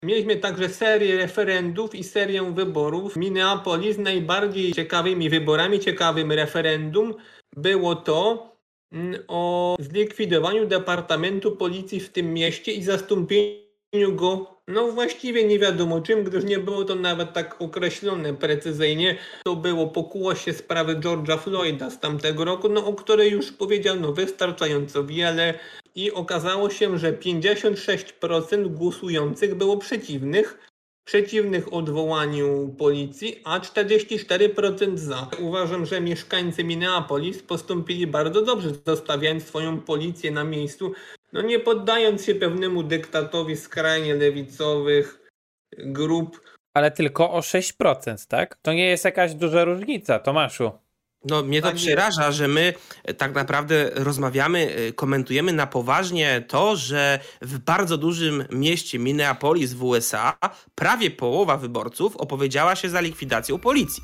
Mieliśmy także serię referendów i serię wyborów. W Minneapolis najbardziej ciekawymi wyborami, ciekawym referendum było to o zlikwidowaniu Departamentu Policji w tym mieście i zastąpieniu go, no właściwie nie wiadomo czym, gdyż nie było to nawet tak określone precyzyjnie. To było pokłosie sprawy George'a Floyda z tamtego roku, no o której już powiedziano wystarczająco wiele. I okazało się, że 56% głosujących było przeciwnych odwołaniu policji, a 44% za. Uważam, że mieszkańcy Minneapolis postąpili bardzo dobrze, zostawiając swoją policję na miejscu, no nie poddając się pewnemu dyktatowi skrajnie lewicowych grup. Ale tylko o 6%, tak? To nie jest jakaś duża różnica, Tomaszu. No mnie to przeraża, że my tak naprawdę rozmawiamy, komentujemy na poważnie to, że w bardzo dużym mieście Minneapolis w USA prawie połowa wyborców opowiedziała się za likwidacją policji.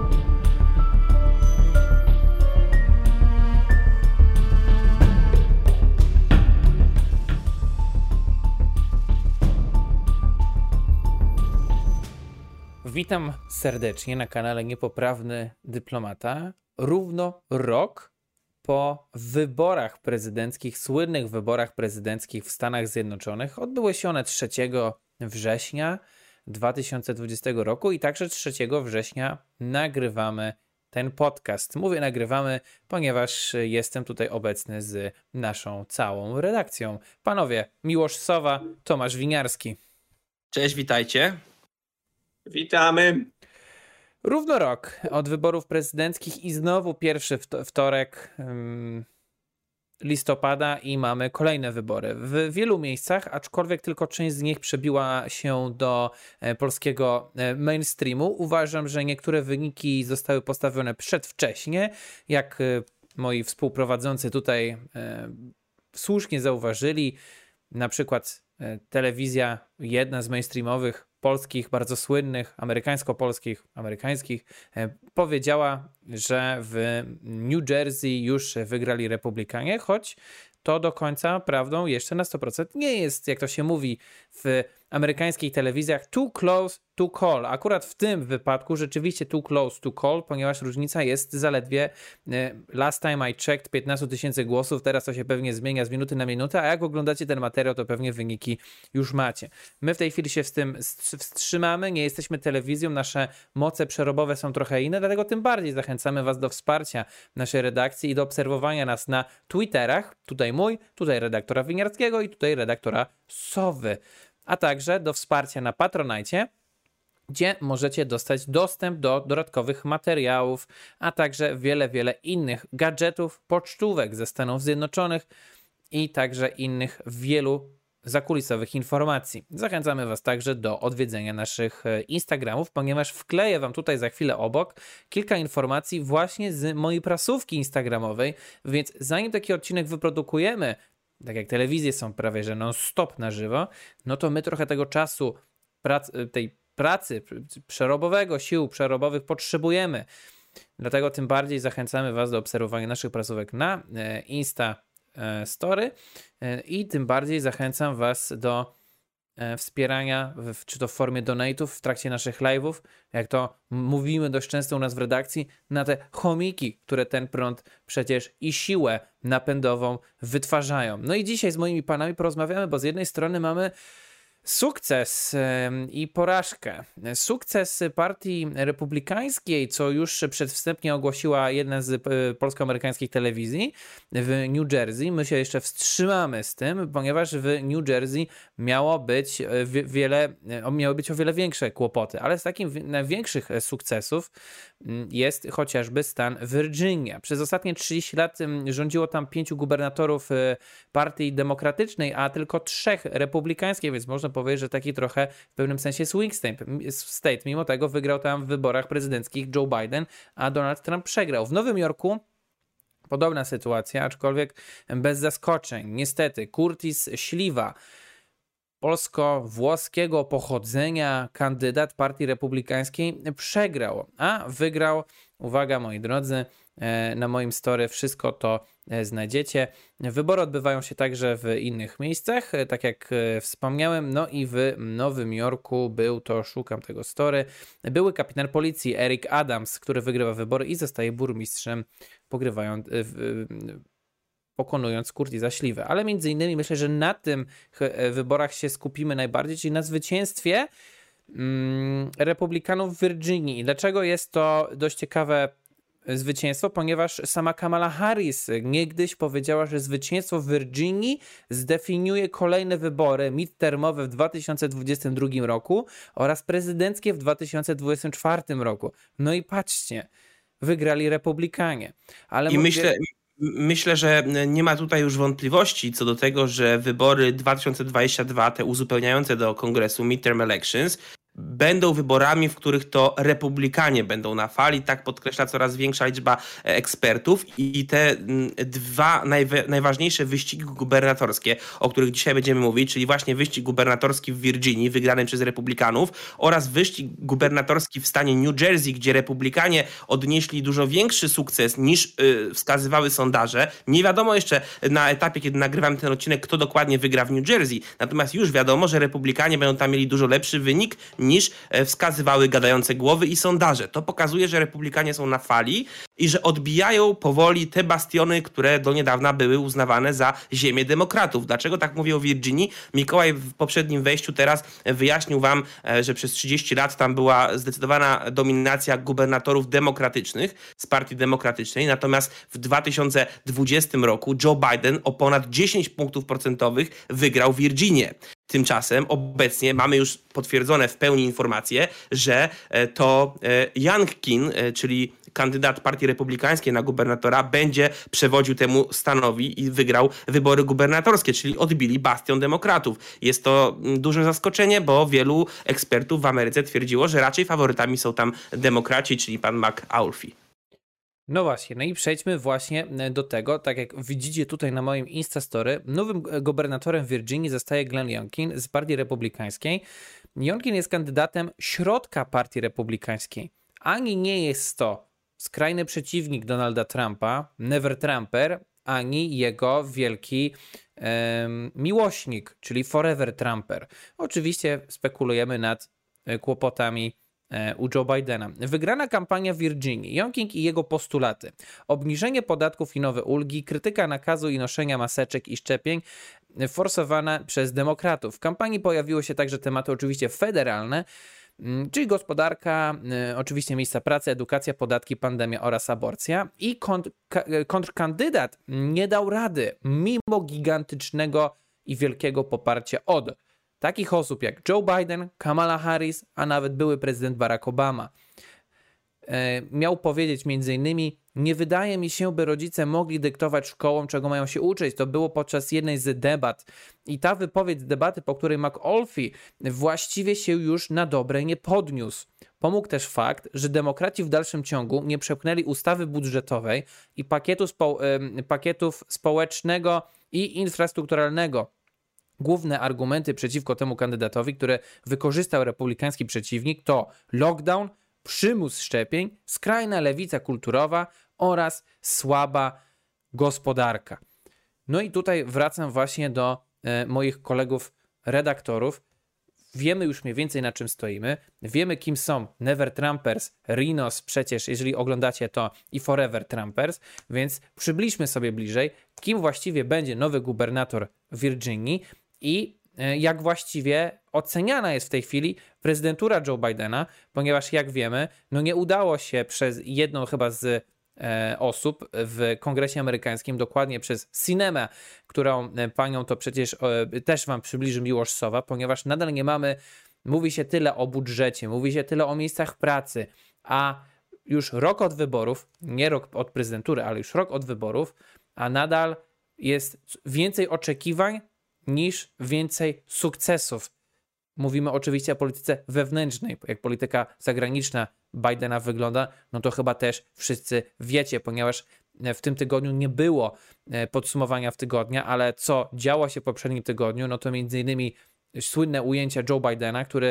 Witam serdecznie na kanale Niepoprawny Dyplomata. Równo rok po wyborach prezydenckich, słynnych wyborach prezydenckich w Stanach Zjednoczonych. Odbyły się one 3 września 2020 roku i także 3 września nagrywamy ten podcast. Mówię nagrywamy, ponieważ jestem tutaj obecny z naszą całą redakcją. Panowie, Miłosz Sowa, Tomasz Winiarski. Cześć, witajcie. Witamy. Równo rok od wyborów prezydenckich i znowu pierwszy wtorek listopada i mamy kolejne wybory. W wielu miejscach, aczkolwiek tylko część z nich przebiła się do polskiego mainstreamu. Uważam, że niektóre wyniki zostały postawione przedwcześnie, jak moi współprowadzący tutaj słusznie zauważyli. Na przykład telewizja, jedna z mainstreamowych, polskich, bardzo słynnych, amerykańskich, powiedziała, że w New Jersey już wygrali Republikanie, choć to do końca prawdą jeszcze na 100% nie jest, jak to się mówi w amerykańskich telewizjach, too close to call. Akurat w tym wypadku rzeczywiście too close to call, ponieważ różnica jest zaledwie, last time I checked, 15 000 głosów, teraz to się pewnie zmienia z minuty na minutę, a jak oglądacie ten materiał, to pewnie wyniki już macie. My w tej chwili się z tym wstrzymamy, nie jesteśmy telewizją, nasze moce przerobowe są trochę inne, dlatego tym bardziej zachęcamy was do wsparcia naszej redakcji i do obserwowania nas na Twitterach, tutaj mój, tutaj redaktora Winiarskiego i tutaj redaktora Sowy, a także do wsparcia na Patronite, gdzie możecie dostać dostęp do dodatkowych materiałów, a także wiele innych gadżetów, pocztówek ze Stanów Zjednoczonych i także innych wielu zakulisowych informacji. Zachęcamy was także do odwiedzenia naszych Instagramów, ponieważ wkleję wam tutaj za chwilę obok kilka informacji właśnie z mojej prasówki instagramowej, więc zanim taki odcinek wyprodukujemy, tak jak telewizje są prawie że non-stop na żywo, no to my trochę tego czasu, tej pracy przerobowego, sił przerobowych potrzebujemy. Dlatego tym bardziej zachęcamy was do obserwowania naszych prasówek na Insta Story i tym bardziej zachęcam was do wspierania, czy to w formie donate'ów w trakcie naszych live'ów, jak to mówimy dość często u nas w redakcji, na te chomiki, które ten prąd przecież i siłę napędową wytwarzają. No i dzisiaj z moimi panami porozmawiamy, bo z jednej strony mamy sukces i porażkę. Sukces partii republikańskiej, co już przedwstępnie ogłosiła jedna z polsko-amerykańskich telewizji w New Jersey. My się jeszcze wstrzymamy z tym, ponieważ w New Jersey miały być o wiele większe kłopoty, ale z takim największych sukcesów jest chociażby stan Virginia. Przez ostatnie 30 lat rządziło tam 5 gubernatorów partii demokratycznej, a tylko 3 republikańskiej, więc można powiedzieć, że taki trochę w pewnym sensie swing state. Mimo tego wygrał tam w wyborach prezydenckich Joe Biden, a Donald Trump przegrał. W Nowym Jorku podobna sytuacja, aczkolwiek bez zaskoczeń. Niestety Curtis Sliwa, polsko-włoskiego pochodzenia kandydat partii republikańskiej, przegrał, a wygrał, uwaga moi drodzy, na moim story, wszystko to znajdziecie. Wybory odbywają się także w innych miejscach, tak jak wspomniałem, no i w Nowym Jorku szukam tego story, były kapitan policji Eric Adams, który wygrywa wybory i zostaje burmistrzem, pokonując Curtisa Slivę. Ale między innymi myślę, że na tym wyborach się skupimy najbardziej, czyli na zwycięstwie Republikanów w Virginii. Dlaczego jest to dość ciekawe zwycięstwo? Ponieważ sama Kamala Harris niegdyś powiedziała, że zwycięstwo w Virginii zdefiniuje kolejne wybory midtermowe w 2022 roku oraz prezydenckie w 2024 roku. No i patrzcie, wygrali Republikanie. Ale Myślę, że nie ma tutaj już wątpliwości co do tego, że wybory 2022, te uzupełniające do kongresu midterm elections, będą wyborami, w których to republikanie będą na fali, tak podkreśla coraz większa liczba ekspertów i te dwa najważniejsze wyścigi gubernatorskie, o których dzisiaj będziemy mówić, czyli właśnie wyścig gubernatorski w Virginii, wygrany przez republikanów, oraz wyścig gubernatorski w stanie New Jersey, gdzie republikanie odnieśli dużo większy sukces niż wskazywały sondaże. Nie wiadomo jeszcze na etapie, kiedy nagrywam ten odcinek, kto dokładnie wygra w New Jersey, natomiast już wiadomo, że republikanie będą tam mieli dużo lepszy wynik niż wskazywały gadające głowy i sondaże. To pokazuje, że republikanie są na fali i że odbijają powoli te bastiony, które do niedawna były uznawane za ziemię demokratów. Dlaczego tak mówię o Virginii? Mikołaj w poprzednim wejściu teraz wyjaśnił wam, że przez 30 lat tam była zdecydowana dominacja gubernatorów demokratycznych z Partii Demokratycznej, natomiast w 2020 roku Joe Biden o ponad 10 punktów procentowych wygrał Virginię. Tymczasem obecnie mamy już potwierdzone w pełni informacje, że to Youngkin, czyli kandydat Partii Republikańskiej na gubernatora, będzie przewodził temu stanowi i wygrał wybory gubernatorskie, czyli odbili bastion demokratów. Jest to duże zaskoczenie, bo wielu ekspertów w Ameryce twierdziło, że raczej faworytami są tam demokraci, czyli pan McAuliffe. No właśnie, no i przejdźmy właśnie do tego, tak jak widzicie tutaj na moim Instastory, nowym gubernatorem Virginii zostaje Glenn Youngkin z Partii Republikańskiej. Youngkin jest kandydatem środka Partii Republikańskiej. Ani nie jest to skrajny przeciwnik Donalda Trumpa, never Trumper, ani jego wielki miłośnik, czyli forever Trumper. Oczywiście spekulujemy nad kłopotami u Joe Bidena. Wygrana kampania w Virginii, Youngkin i jego postulaty. Obniżenie podatków i nowe ulgi, krytyka nakazu i noszenia maseczek i szczepień forsowana przez demokratów. W kampanii pojawiły się także tematy oczywiście federalne, czyli gospodarka, oczywiście miejsca pracy, edukacja, podatki, pandemia oraz aborcja. I kontrkandydat nie dał rady, mimo gigantycznego i wielkiego poparcia od takich osób jak Joe Biden, Kamala Harris, a nawet były prezydent Barack Obama. Miał powiedzieć m.in.: nie wydaje mi się, by rodzice mogli dyktować szkołom, czego mają się uczyć. To było podczas jednej z debat. I ta wypowiedź z debaty, po której McAuliffe właściwie się już na dobre nie podniósł. Pomógł też fakt, że demokraci w dalszym ciągu nie przepchnęli ustawy budżetowej i pakietów społecznego i infrastrukturalnego. Główne argumenty przeciwko temu kandydatowi, które wykorzystał republikański przeciwnik, to lockdown, przymus szczepień, skrajna lewica kulturowa oraz słaba gospodarka. No i tutaj wracam właśnie do moich kolegów redaktorów. Wiemy już mniej więcej, na czym stoimy. Wiemy, kim są Never Trumpers, Rhinos przecież, jeżeli oglądacie to, i Forever Trumpers, więc przybliżmy sobie bliżej, kim właściwie będzie nowy gubernator Virginii i jak właściwie oceniana jest w tej chwili prezydentura Joe Bidena, ponieważ jak wiemy, no nie udało się przez jedną chyba z osób w Kongresie Amerykańskim, dokładnie przez Sinema, którą panią to przecież też wam przybliży Miłosz Sowa, ponieważ nadal nie mamy, mówi się tyle o budżecie, mówi się tyle o miejscach pracy, a już rok od wyborów, nie rok od prezydentury, ale już rok od wyborów, a nadal jest więcej oczekiwań niż więcej sukcesów. Mówimy oczywiście o polityce wewnętrznej, jak polityka zagraniczna Bidena wygląda, no to chyba też wszyscy wiecie, ponieważ w tym tygodniu nie było podsumowania w tygodnia, ale co działo się w poprzednim tygodniu, no to między innymi słynne ujęcia Joe Bidena, który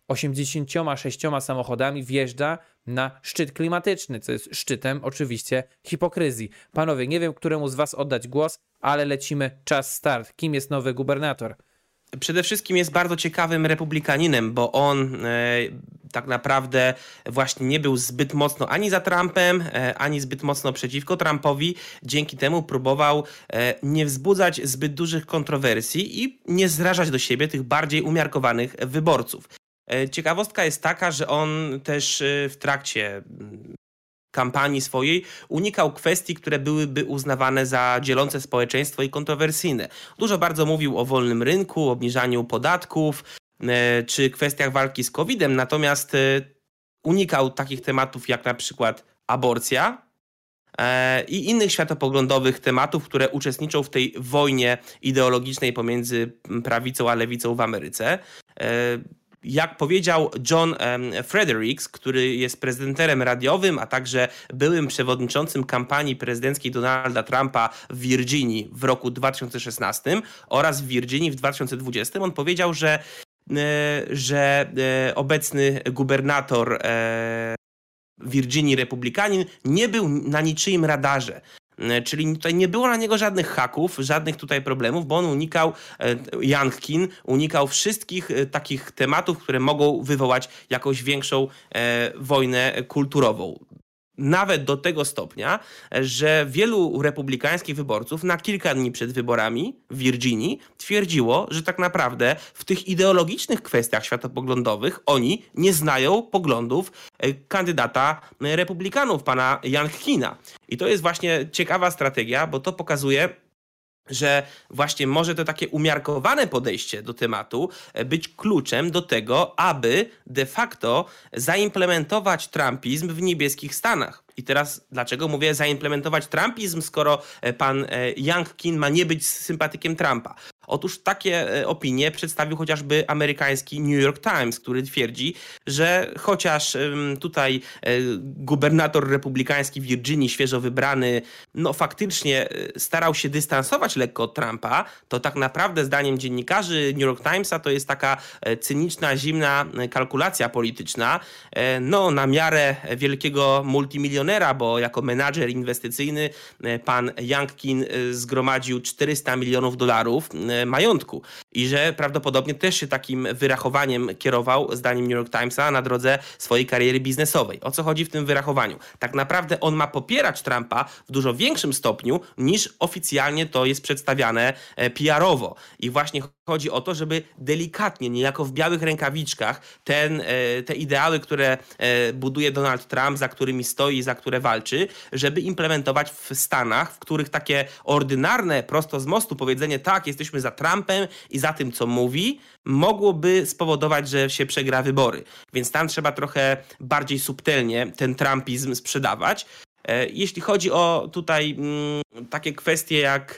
86 samochodami wjeżdża na szczyt klimatyczny, co jest szczytem oczywiście hipokryzji. Panowie, nie wiem, któremu z was oddać głos, ale lecimy, czas start. Kim jest nowy gubernator? Przede wszystkim jest bardzo ciekawym republikaninem, bo on tak naprawdę właśnie nie był zbyt mocno ani za Trumpem, ani zbyt mocno przeciwko Trumpowi. Dzięki temu próbował nie wzbudzać zbyt dużych kontrowersji i nie zrażać do siebie tych bardziej umiarkowanych wyborców. Ciekawostka jest taka, że on też w trakcie kampanii swojej unikał kwestii, które byłyby uznawane za dzielące społeczeństwo i kontrowersyjne. Dużo bardzo mówił o wolnym rynku, obniżaniu podatków czy kwestiach walki z COVID-em, natomiast unikał takich tematów jak na przykład aborcja i innych światopoglądowych tematów, które uczestniczą w tej wojnie ideologicznej pomiędzy prawicą a lewicą w Ameryce. Jak powiedział John Fredericks, który jest prezenterem radiowym, a także byłym przewodniczącym kampanii prezydenckiej Donalda Trumpa w Virginii w roku 2016 oraz w Virginii w 2020, on powiedział, że obecny gubernator Virginii republikanin nie był na niczyim radarze. Czyli tutaj nie było na niego żadnych haków, żadnych tutaj problemów, bo on unikał, Youngkin unikał wszystkich takich tematów, które mogą wywołać jakąś większą wojnę kulturową. Nawet do tego stopnia, że wielu republikańskich wyborców na kilka dni przed wyborami w Virginii twierdziło, że tak naprawdę w tych ideologicznych kwestiach światopoglądowych oni nie znają poglądów kandydata republikanów, pana Youngkina. I to jest właśnie ciekawa strategia, bo to pokazuje, że właśnie może to takie umiarkowane podejście do tematu być kluczem do tego, aby de facto zaimplementować trumpizm w niebieskich Stanach. I teraz dlaczego mówię zaimplementować trumpizm, skoro pan Youngkin ma nie być sympatykiem Trumpa? Otóż takie opinie przedstawił chociażby amerykański New York Times, który twierdzi, że chociaż tutaj gubernator republikański w Virginii, świeżo wybrany, no faktycznie starał się dystansować lekko od Trumpa, to tak naprawdę zdaniem dziennikarzy New York Timesa to jest taka cyniczna, zimna kalkulacja polityczna, no na miarę wielkiego multimilionera, bo jako menadżer inwestycyjny pan Youngkin zgromadził $400 milionów majątku i że prawdopodobnie też się takim wyrachowaniem kierował, zdaniem New York Timesa, na drodze swojej kariery biznesowej. O co chodzi w tym wyrachowaniu? Tak naprawdę on ma popierać Trumpa w dużo większym stopniu niż oficjalnie to jest przedstawiane PR-owo. I właśnie chodzi o to, żeby delikatnie, niejako w białych rękawiczkach te ideały, które buduje Donald Trump, za którymi stoi i za które walczy, żeby implementować w Stanach, w których takie ordynarne, prosto z mostu powiedzenie tak, jesteśmy za Trumpem i za tym, co mówi, mogłoby spowodować, że się przegra wybory. Więc tam trzeba trochę bardziej subtelnie ten trumpizm sprzedawać. Jeśli chodzi o tutaj takie kwestie jak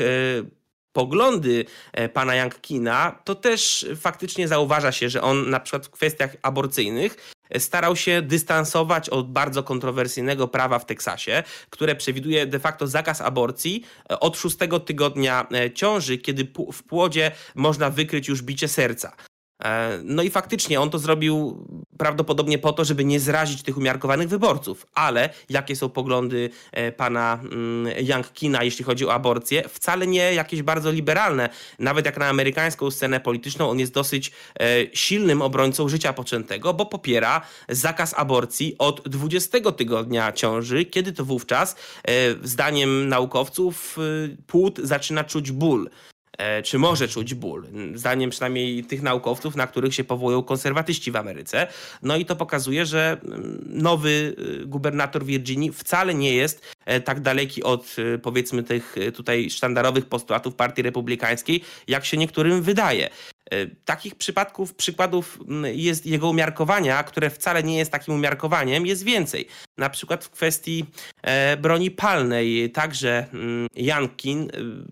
poglądy pana Youngkina, to też faktycznie zauważa się, że on na przykład w kwestiach aborcyjnych starał się dystansować od bardzo kontrowersyjnego prawa w Teksasie, które przewiduje de facto zakaz aborcji od 6. tygodnia ciąży, kiedy w płodzie można wykryć już bicie serca. No i faktycznie on to zrobił prawdopodobnie po to, żeby nie zrazić tych umiarkowanych wyborców, ale jakie są poglądy pana Youngkina, jeśli chodzi o aborcję? Wcale nie jakieś bardzo liberalne. Nawet jak na amerykańską scenę polityczną, on jest dosyć silnym obrońcą życia poczętego, bo popiera zakaz aborcji od 20 tygodnia ciąży, kiedy to wówczas, zdaniem naukowców, płód zaczyna czuć ból. Czy może czuć ból, zdaniem przynajmniej tych naukowców, na których się powołują konserwatyści w Ameryce. No i to pokazuje, że nowy gubernator Virginii wcale nie jest tak daleki od, powiedzmy, tych tutaj sztandarowych postulatów Partii Republikańskiej, jak się niektórym wydaje. Takich przykładów jest jego umiarkowania, które wcale nie jest takim umiarkowaniem, jest więcej. Na przykład w kwestii broni palnej także Youngkin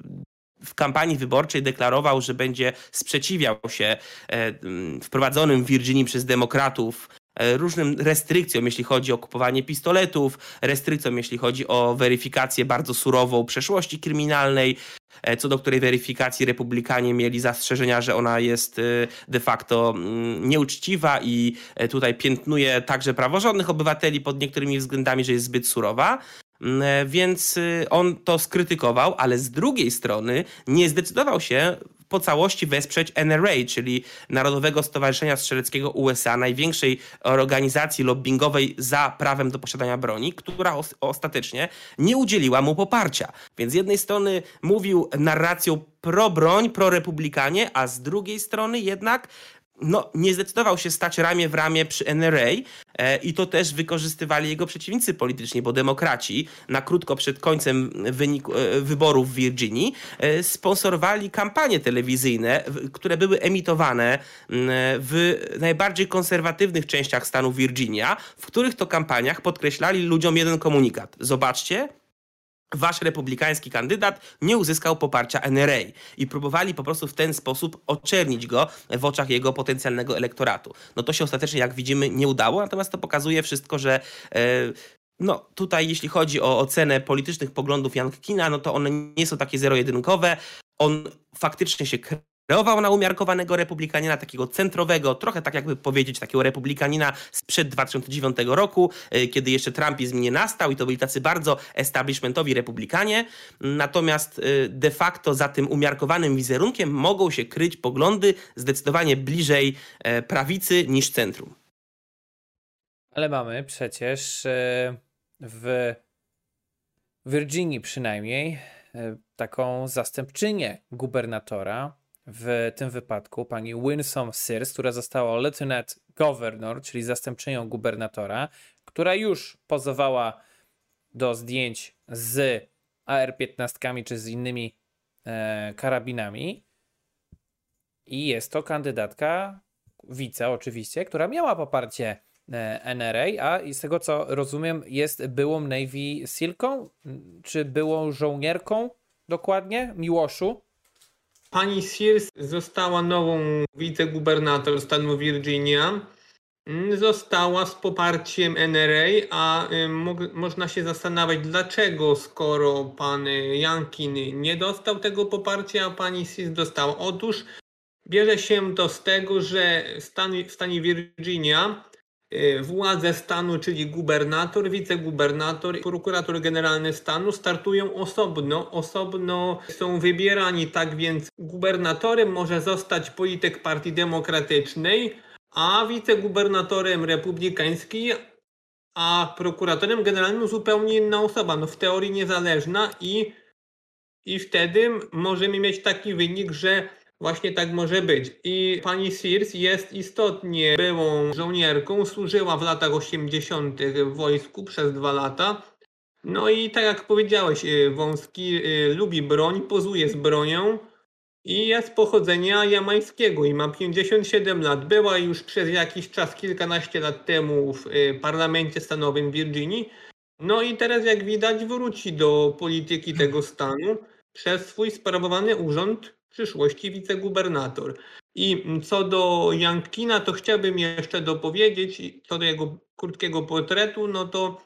w kampanii wyborczej deklarował, że będzie sprzeciwiał się wprowadzonym w Virginii przez demokratów różnym restrykcjom, jeśli chodzi o kupowanie pistoletów, restrykcjom, jeśli chodzi o weryfikację bardzo surową przeszłości kryminalnej. co do której weryfikacji republikanie mieli zastrzeżenia, że ona jest de facto nieuczciwa i tutaj piętnuje także praworządnych obywateli pod niektórymi względami, że jest zbyt surowa. Więc on to skrytykował, ale z drugiej strony nie zdecydował się po całości wesprzeć NRA, czyli Narodowego Stowarzyszenia Strzeleckiego USA, największej organizacji lobbingowej za prawem do posiadania broni, która ostatecznie nie udzieliła mu poparcia. Więc z jednej strony mówił narracją pro-broń, pro-republikanie, a z drugiej strony jednak nie zdecydował się stać ramię w ramię przy NRA i to też wykorzystywali jego przeciwnicy polityczni, bo demokraci na krótko przed końcem wyborów w Virginii sponsorowali kampanie telewizyjne, które były emitowane w najbardziej konserwatywnych częściach stanu Virginia, w których to kampaniach podkreślali ludziom jeden komunikat. Zobaczcie, wasz republikański kandydat nie uzyskał poparcia NRA i próbowali po prostu w ten sposób oczernić go w oczach jego potencjalnego elektoratu. To się ostatecznie, jak widzimy, nie udało, natomiast to pokazuje wszystko, że tutaj jeśli chodzi o ocenę politycznych poglądów Youngkina, to one nie są takie zero-jedynkowe. On faktycznie się kreował na umiarkowanego republikanina, takiego centrowego, trochę tak jakby powiedzieć, takiego republikanina sprzed 2009 roku, kiedy jeszcze trumpizm nie nastał i to byli tacy bardzo establishmentowi republikanie. Natomiast de facto za tym umiarkowanym wizerunkiem mogą się kryć poglądy zdecydowanie bliżej prawicy niż centrum. Ale mamy przecież w Virginii przynajmniej taką zastępczynię gubernatora, w tym wypadku pani Winsome Sears, która została lieutenant governor, czyli zastępczynią gubernatora, która już pozowała do zdjęć z AR-15 czy z innymi karabinami i jest to kandydatka wice oczywiście, która miała poparcie NRA, a i z tego co rozumiem jest byłą Navy Sealką, czy byłą żołnierką dokładnie, Miłoszu. Pani Sears została nową wicegubernator stanu Virginia. Została z poparciem NRA, a można się zastanawiać, dlaczego, skoro pan Youngkin nie dostał tego poparcia, a pani Sears dostała. Otóż bierze się to z tego, że w stanie Virginia władze stanu, czyli gubernator, wicegubernator i prokurator generalny stanu startują osobno są wybierani, tak więc gubernatorem może zostać polityk Partii Demokratycznej, a wicegubernatorem republikański, a prokuratorem generalnym zupełnie inna osoba, w teorii niezależna i wtedy możemy mieć taki wynik, że właśnie tak może być. I pani Sears jest istotnie byłą żołnierką, służyła w latach 80. w wojsku przez 2 lata. I tak jak powiedziałeś, Wąski lubi broń, pozuje z bronią i jest pochodzenia jamańskiego i ma 57 lat. Była już przez jakiś czas, kilkanaście lat temu w parlamencie stanowym Virginii. I teraz jak widać wróci do polityki tego stanu przez swój sprawowany urząd w przyszłości wicegubernator. I co do Youngkina, to chciałbym jeszcze dopowiedzieć, co do jego krótkiego portretu, to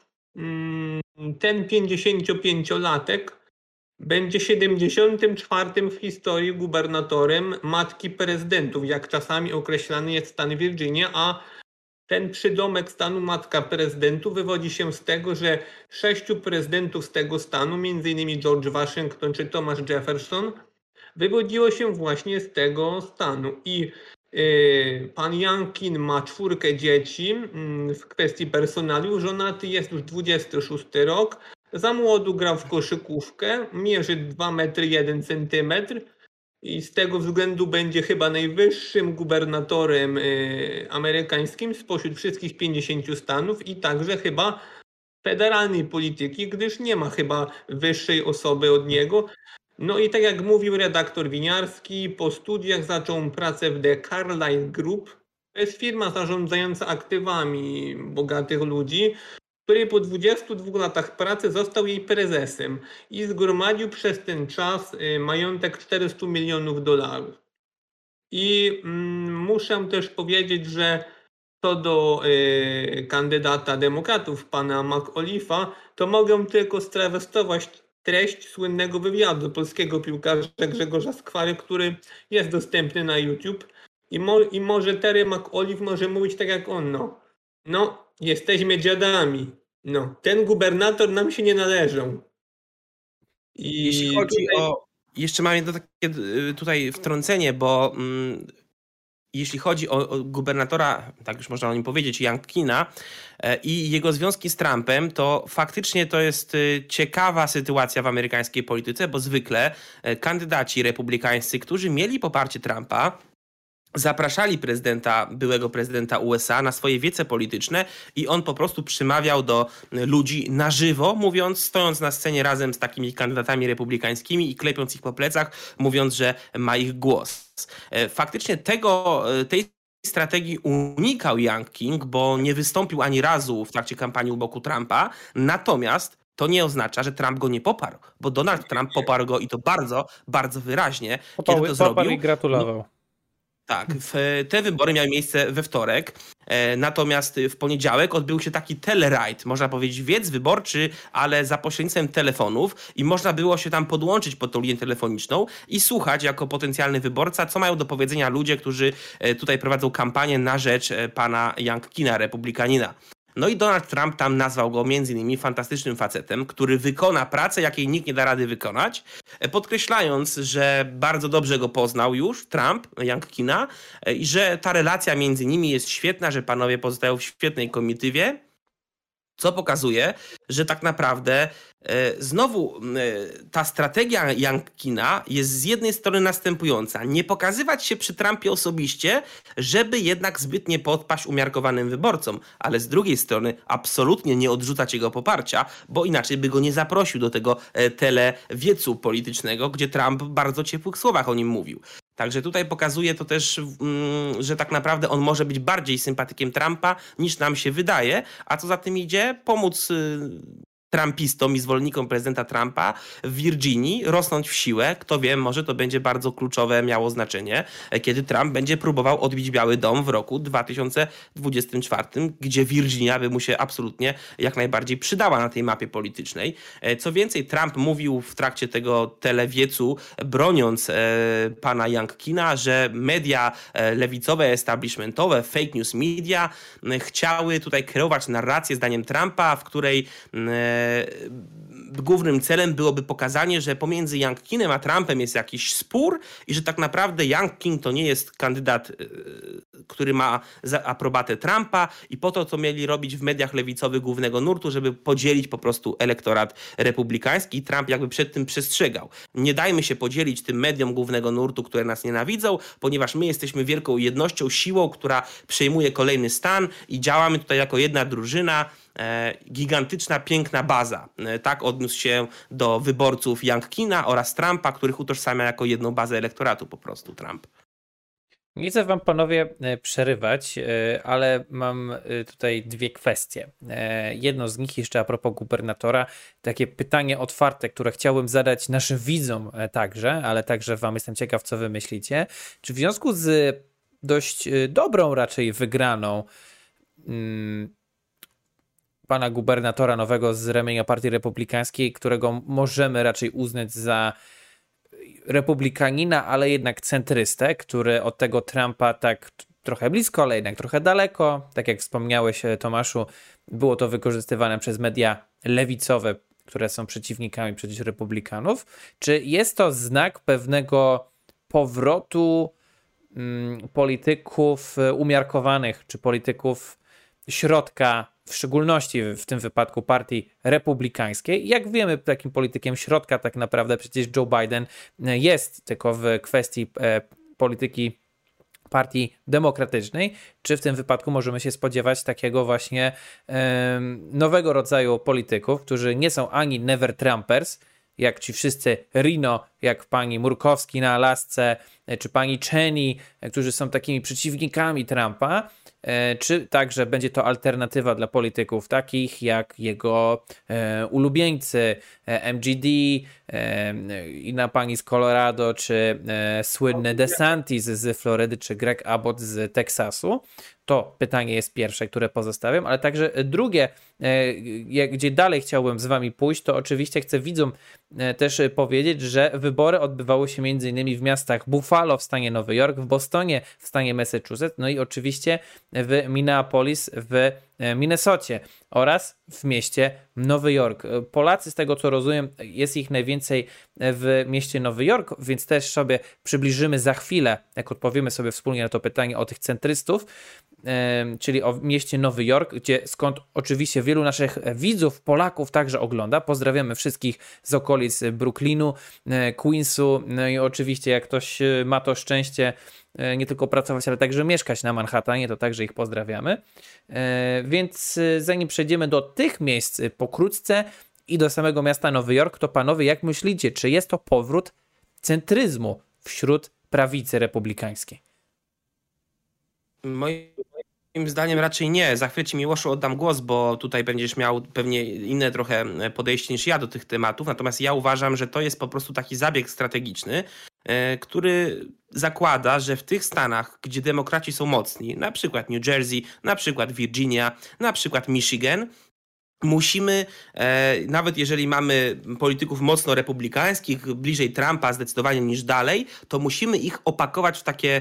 ten 55-latek będzie 74. w historii gubernatorem matki prezydentów, jak czasami określany jest stan Virginia, a ten przydomek stanu matka prezydentu wywodzi się z tego, że 6 prezydentów z tego stanu, m.in. George Washington czy Thomas Jefferson, wywodziło się właśnie z tego stanu. I pan Youngkin ma 4 dzieci w kwestii personaliów. Żonaty jest już 26 rok. Za młodu grał w koszykówkę. Mierzy 2,1 m i z tego względu będzie chyba najwyższym gubernatorem amerykańskim spośród wszystkich 50 stanów i także chyba federalnej polityki, gdyż nie ma chyba wyższej osoby od niego. I tak jak mówił redaktor Winiarski, po studiach zaczął pracę w The Carlyle Group. To jest firma zarządzająca aktywami bogatych ludzi, który po 22 latach pracy został jej prezesem i zgromadził przez ten czas majątek $400 milionów. I muszę też powiedzieć, że co do kandydata demokratów, pana McAuliffe'a, to mogę tylko strawestować treść słynnego wywiadu polskiego piłkarza Grzegorza Skwary, który jest dostępny na YouTube i może Terry McAuliffe może mówić tak jak on, no jesteśmy dziadami, ten gubernator nam się nie należą. Jeśli chodzi o... Jeszcze mam jedno takie tutaj wtrącenie, bo jeśli chodzi o gubernatora, tak już można o nim powiedzieć, Youngkina i jego związki z Trumpem, to faktycznie to jest ciekawa sytuacja w amerykańskiej polityce, bo zwykle kandydaci republikańscy, którzy mieli poparcie Trumpa, zapraszali byłego prezydenta USA na swoje wiece polityczne i on po prostu przemawiał do ludzi na żywo, stojąc na scenie razem z takimi kandydatami republikańskimi i klepiąc ich po plecach, mówiąc, że ma ich głos. Faktycznie tej strategii unikał Youngkin, bo nie wystąpił ani razu w trakcie kampanii u boku Trumpa, natomiast to nie oznacza, że Trump go nie poparł, bo Donald Trump poparł go i to bardzo, bardzo wyraźnie. Kiedy to zrobił i gratulował. Tak, te wybory miały miejsce we wtorek, natomiast w poniedziałek odbył się taki telerajd, można powiedzieć wiec wyborczy, ale za pośrednictwem telefonów i można było się tam podłączyć pod tą linię telefoniczną i słuchać jako potencjalny wyborca, co mają do powiedzenia ludzie, którzy tutaj prowadzą kampanię na rzecz pana Youngkina, republikanina. No i Donald Trump tam nazwał go m.in. fantastycznym facetem, który wykona pracę, jakiej nikt nie da rady wykonać, podkreślając, że bardzo dobrze go poznał już Trump, Youngkina, i że ta relacja między nimi jest świetna, że panowie pozostają w świetnej komitywie, co pokazuje, że tak naprawdę znowu ta strategia Youngkina jest z jednej strony następująca. Nie pokazywać się przy Trumpie osobiście, żeby jednak zbyt nie podpaść umiarkowanym wyborcom, ale z drugiej strony absolutnie nie odrzucać jego poparcia, bo inaczej by go nie zaprosił do tego telewiecu politycznego, gdzie Trump w bardzo ciepłych słowach o nim mówił. Także tutaj pokazuje to też, że tak naprawdę on może być bardziej sympatykiem Trumpa niż nam się wydaje, a co za tym idzie, pomóc trumpistom i zwolennikom prezydenta Trumpa w Virginii rosnąć w siłę. Kto wie, może to będzie bardzo kluczowe miało znaczenie, kiedy Trump będzie próbował odbić Biały Dom w roku 2024, gdzie Virginia by mu się absolutnie jak najbardziej przydała na tej mapie politycznej. Co więcej, Trump mówił w trakcie tego telewiecu, broniąc pana Youngkina, że media lewicowe, establishmentowe, fake news media chciały tutaj kreować narrację zdaniem Trumpa, w której głównym celem byłoby pokazanie, że pomiędzy Youngkinem a Trumpem jest jakiś spór i że tak naprawdę Youngkin to nie jest kandydat, który ma aprobatę Trumpa i po to, co mieli robić w mediach lewicowych głównego nurtu, żeby podzielić po prostu elektorat republikański i Trump jakby przed tym przestrzegał. Nie dajmy się podzielić tym mediom głównego nurtu, które nas nienawidzą, ponieważ my jesteśmy wielką jednością, siłą, która przejmuje kolejny stan i działamy tutaj jako jedna drużyna, gigantyczna, piękna baza. Tak odniósł się do wyborców Youngkina oraz Trumpa, których utożsamia jako jedną bazę elektoratu po prostu Trump. Nie chcę wam, panowie, przerywać, ale mam tutaj dwie kwestie. Jedno z nich jeszcze a propos gubernatora, takie pytanie otwarte, które chciałbym zadać naszym widzom także, ale także wam jestem ciekaw, co wy myślicie. Czy w związku z dość dobrą raczej wygraną pana gubernatora nowego z ramienia Partii Republikańskiej, którego możemy raczej uznać za republikanina, ale jednak centrystę, który od tego Trumpa tak trochę blisko, ale jednak trochę daleko. Tak jak wspomniałeś, Tomaszu, było to wykorzystywane przez media lewicowe, które są przeciwnikami przecież republikanów. Czy jest to znak pewnego powrotu polityków umiarkowanych, czy polityków środka, w szczególności w tym wypadku partii republikańskiej? Jak wiemy, takim politykiem środka tak naprawdę przecież Joe Biden jest, tylko w kwestii polityki partii demokratycznej. Czy w tym wypadku możemy się spodziewać takiego właśnie nowego rodzaju polityków, którzy nie są ani never Trumpers, jak ci wszyscy Rhino jak pani Murkowski na Alasce, czy pani Cheney, którzy są takimi przeciwnikami Trumpa, czy także będzie to alternatywa dla polityków takich jak jego ulubieńcy MGD, inna pani z Colorado, czy słynny DeSantis z Florydy, czy Greg Abbott z Teksasu. To pytanie jest pierwsze, które pozostawiam, ale także drugie, gdzie dalej chciałbym z wami pójść, to oczywiście chcę widzom też powiedzieć, że wybory odbywały się m.in. w miastach Buffalo w stanie Nowy Jork, w Bostonie w stanie Massachusetts, no i oczywiście w Minneapolis w Minnesocie oraz w mieście Nowy Jork. Polacy, z tego co rozumiem, jest ich najwięcej w mieście Nowy Jork, więc też sobie przybliżymy za chwilę, jak odpowiemy sobie wspólnie na to pytanie o tych centrystów, czyli o mieście Nowy Jork, skąd oczywiście wielu naszych widzów, Polaków także ogląda. Pozdrawiamy wszystkich z okolic Brooklynu, Queensu, no i oczywiście jak ktoś ma to szczęście nie tylko pracować, ale także mieszkać na Manhattanie, to także ich pozdrawiamy. Więc zanim przejdziemy do tych miejsc pokrótce i do samego miasta Nowy Jork, to panowie, jak myślicie, czy jest to powrót centryzmu wśród prawicy republikańskiej? Moim zdaniem raczej nie. Za chwilę ci, Miłoszu, oddam głos, bo tutaj będziesz miał pewnie inne trochę podejście niż ja do tych tematów. Natomiast ja uważam, że to jest po prostu taki zabieg strategiczny, który zakłada, że w tych stanach, gdzie demokraci są mocni, na przykład New Jersey, na przykład Virginia, na przykład Michigan, musimy, nawet jeżeli mamy polityków mocno republikańskich, bliżej Trumpa zdecydowanie niż dalej, to musimy ich opakować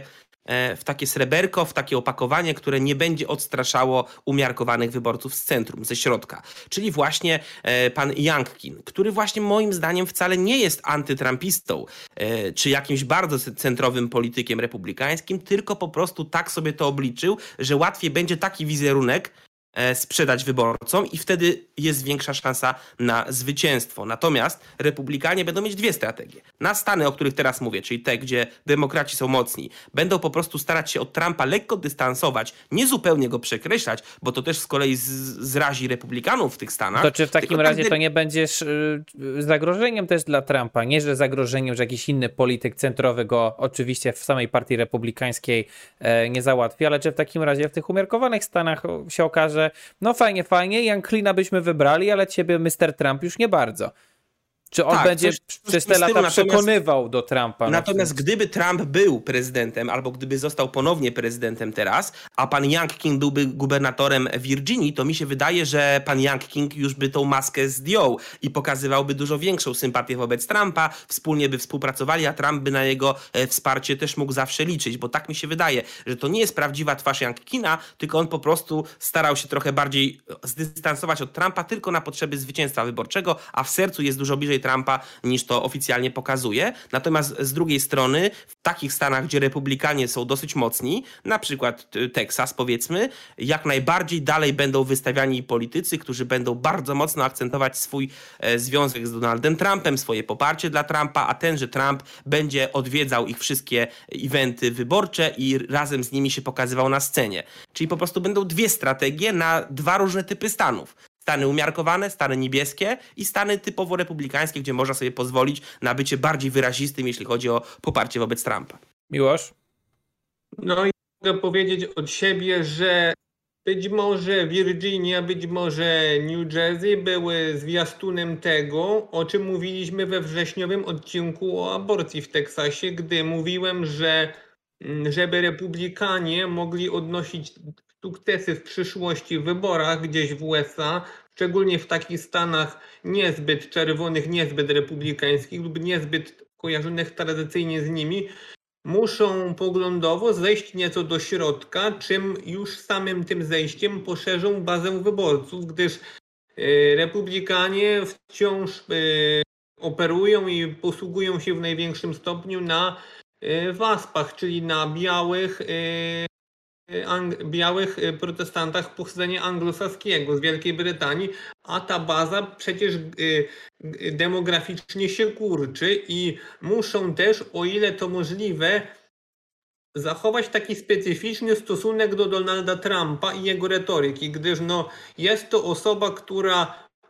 w takie sreberko, w takie opakowanie, które nie będzie odstraszało umiarkowanych wyborców z centrum, ze środka. Czyli właśnie pan Youngkin, który właśnie moim zdaniem wcale nie jest antytrumpistą, czy jakimś bardzo centrowym politykiem republikańskim, tylko po prostu tak sobie to obliczył, że łatwiej będzie taki wizerunek sprzedać wyborcom i wtedy jest większa szansa na zwycięstwo. Natomiast republikanie będą mieć dwie strategie. Na stany, o których teraz mówię, czyli te, gdzie demokraci są mocni, będą po prostu starać się od Trumpa lekko dystansować, nie zupełnie go przekreślać, bo to też z kolei zrazi republikanów w tych stanach. To czy w takim razie to nie będziesz zagrożeniem też dla Trumpa? Nie, że zagrożeniem, że jakiś inny polityk centrowy go oczywiście w samej partii republikańskiej nie załatwi, ale czy w takim razie w tych umiarkowanych stanach się okaże, no fajnie, Youngkina byśmy wybrali, ale ciebie Mr. Trump już nie bardzo. Czy on będzie przez te lata przekonywał do Trumpa? Natomiast gdyby Trump był prezydentem, albo gdyby został ponownie prezydentem teraz, a pan Youngkin byłby gubernatorem Virginii, to mi się wydaje, że pan Youngkin już by tą maskę zdjął i pokazywałby dużo większą sympatię wobec Trumpa, wspólnie by współpracowali, a Trump by na jego wsparcie też mógł zawsze liczyć, bo tak mi się wydaje, że to nie jest prawdziwa twarz Youngkina, tylko on po prostu starał się trochę bardziej zdystansować od Trumpa tylko na potrzeby zwycięstwa wyborczego, a w sercu jest dużo bliżej Trumpa niż to oficjalnie pokazuje. Natomiast z drugiej strony w takich stanach, gdzie republikanie są dosyć mocni, na przykład Teksas powiedzmy, jak najbardziej dalej będą wystawiani politycy, którzy będą bardzo mocno akcentować swój związek z Donaldem Trumpem, swoje poparcie dla Trumpa, a tenże Trump będzie odwiedzał ich wszystkie eventy wyborcze i razem z nimi się pokazywał na scenie. Czyli po prostu będą dwie strategie na dwa różne typy stanów. Stany umiarkowane, stany niebieskie i stany typowo republikańskie, gdzie można sobie pozwolić na bycie bardziej wyrazistym, jeśli chodzi o poparcie wobec Trumpa. Miłosz? No i mogę powiedzieć od siebie, że być może Virginia, być może New Jersey były zwiastunem tego, o czym mówiliśmy we wrześniowym odcinku o aborcji w Teksasie, gdy mówiłem, że żeby republikanie mogli odnosić sukcesy w przyszłości w wyborach gdzieś w USA, szczególnie w takich stanach niezbyt czerwonych, niezbyt republikańskich lub niezbyt kojarzonych tradycyjnie z nimi, muszą poglądowo zejść nieco do środka, czym już samym tym zejściem poszerzą bazę wyborców, gdyż republikanie wciąż operują i posługują się w największym stopniu na waspach, czyli na białych protestantach pochodzenia anglosaskiego z Wielkiej Brytanii, a ta baza przecież demograficznie się kurczy i muszą też, o ile to możliwe, zachować taki specyficzny stosunek do Donalda Trumpa i jego retoryki, gdyż jest to osoba, która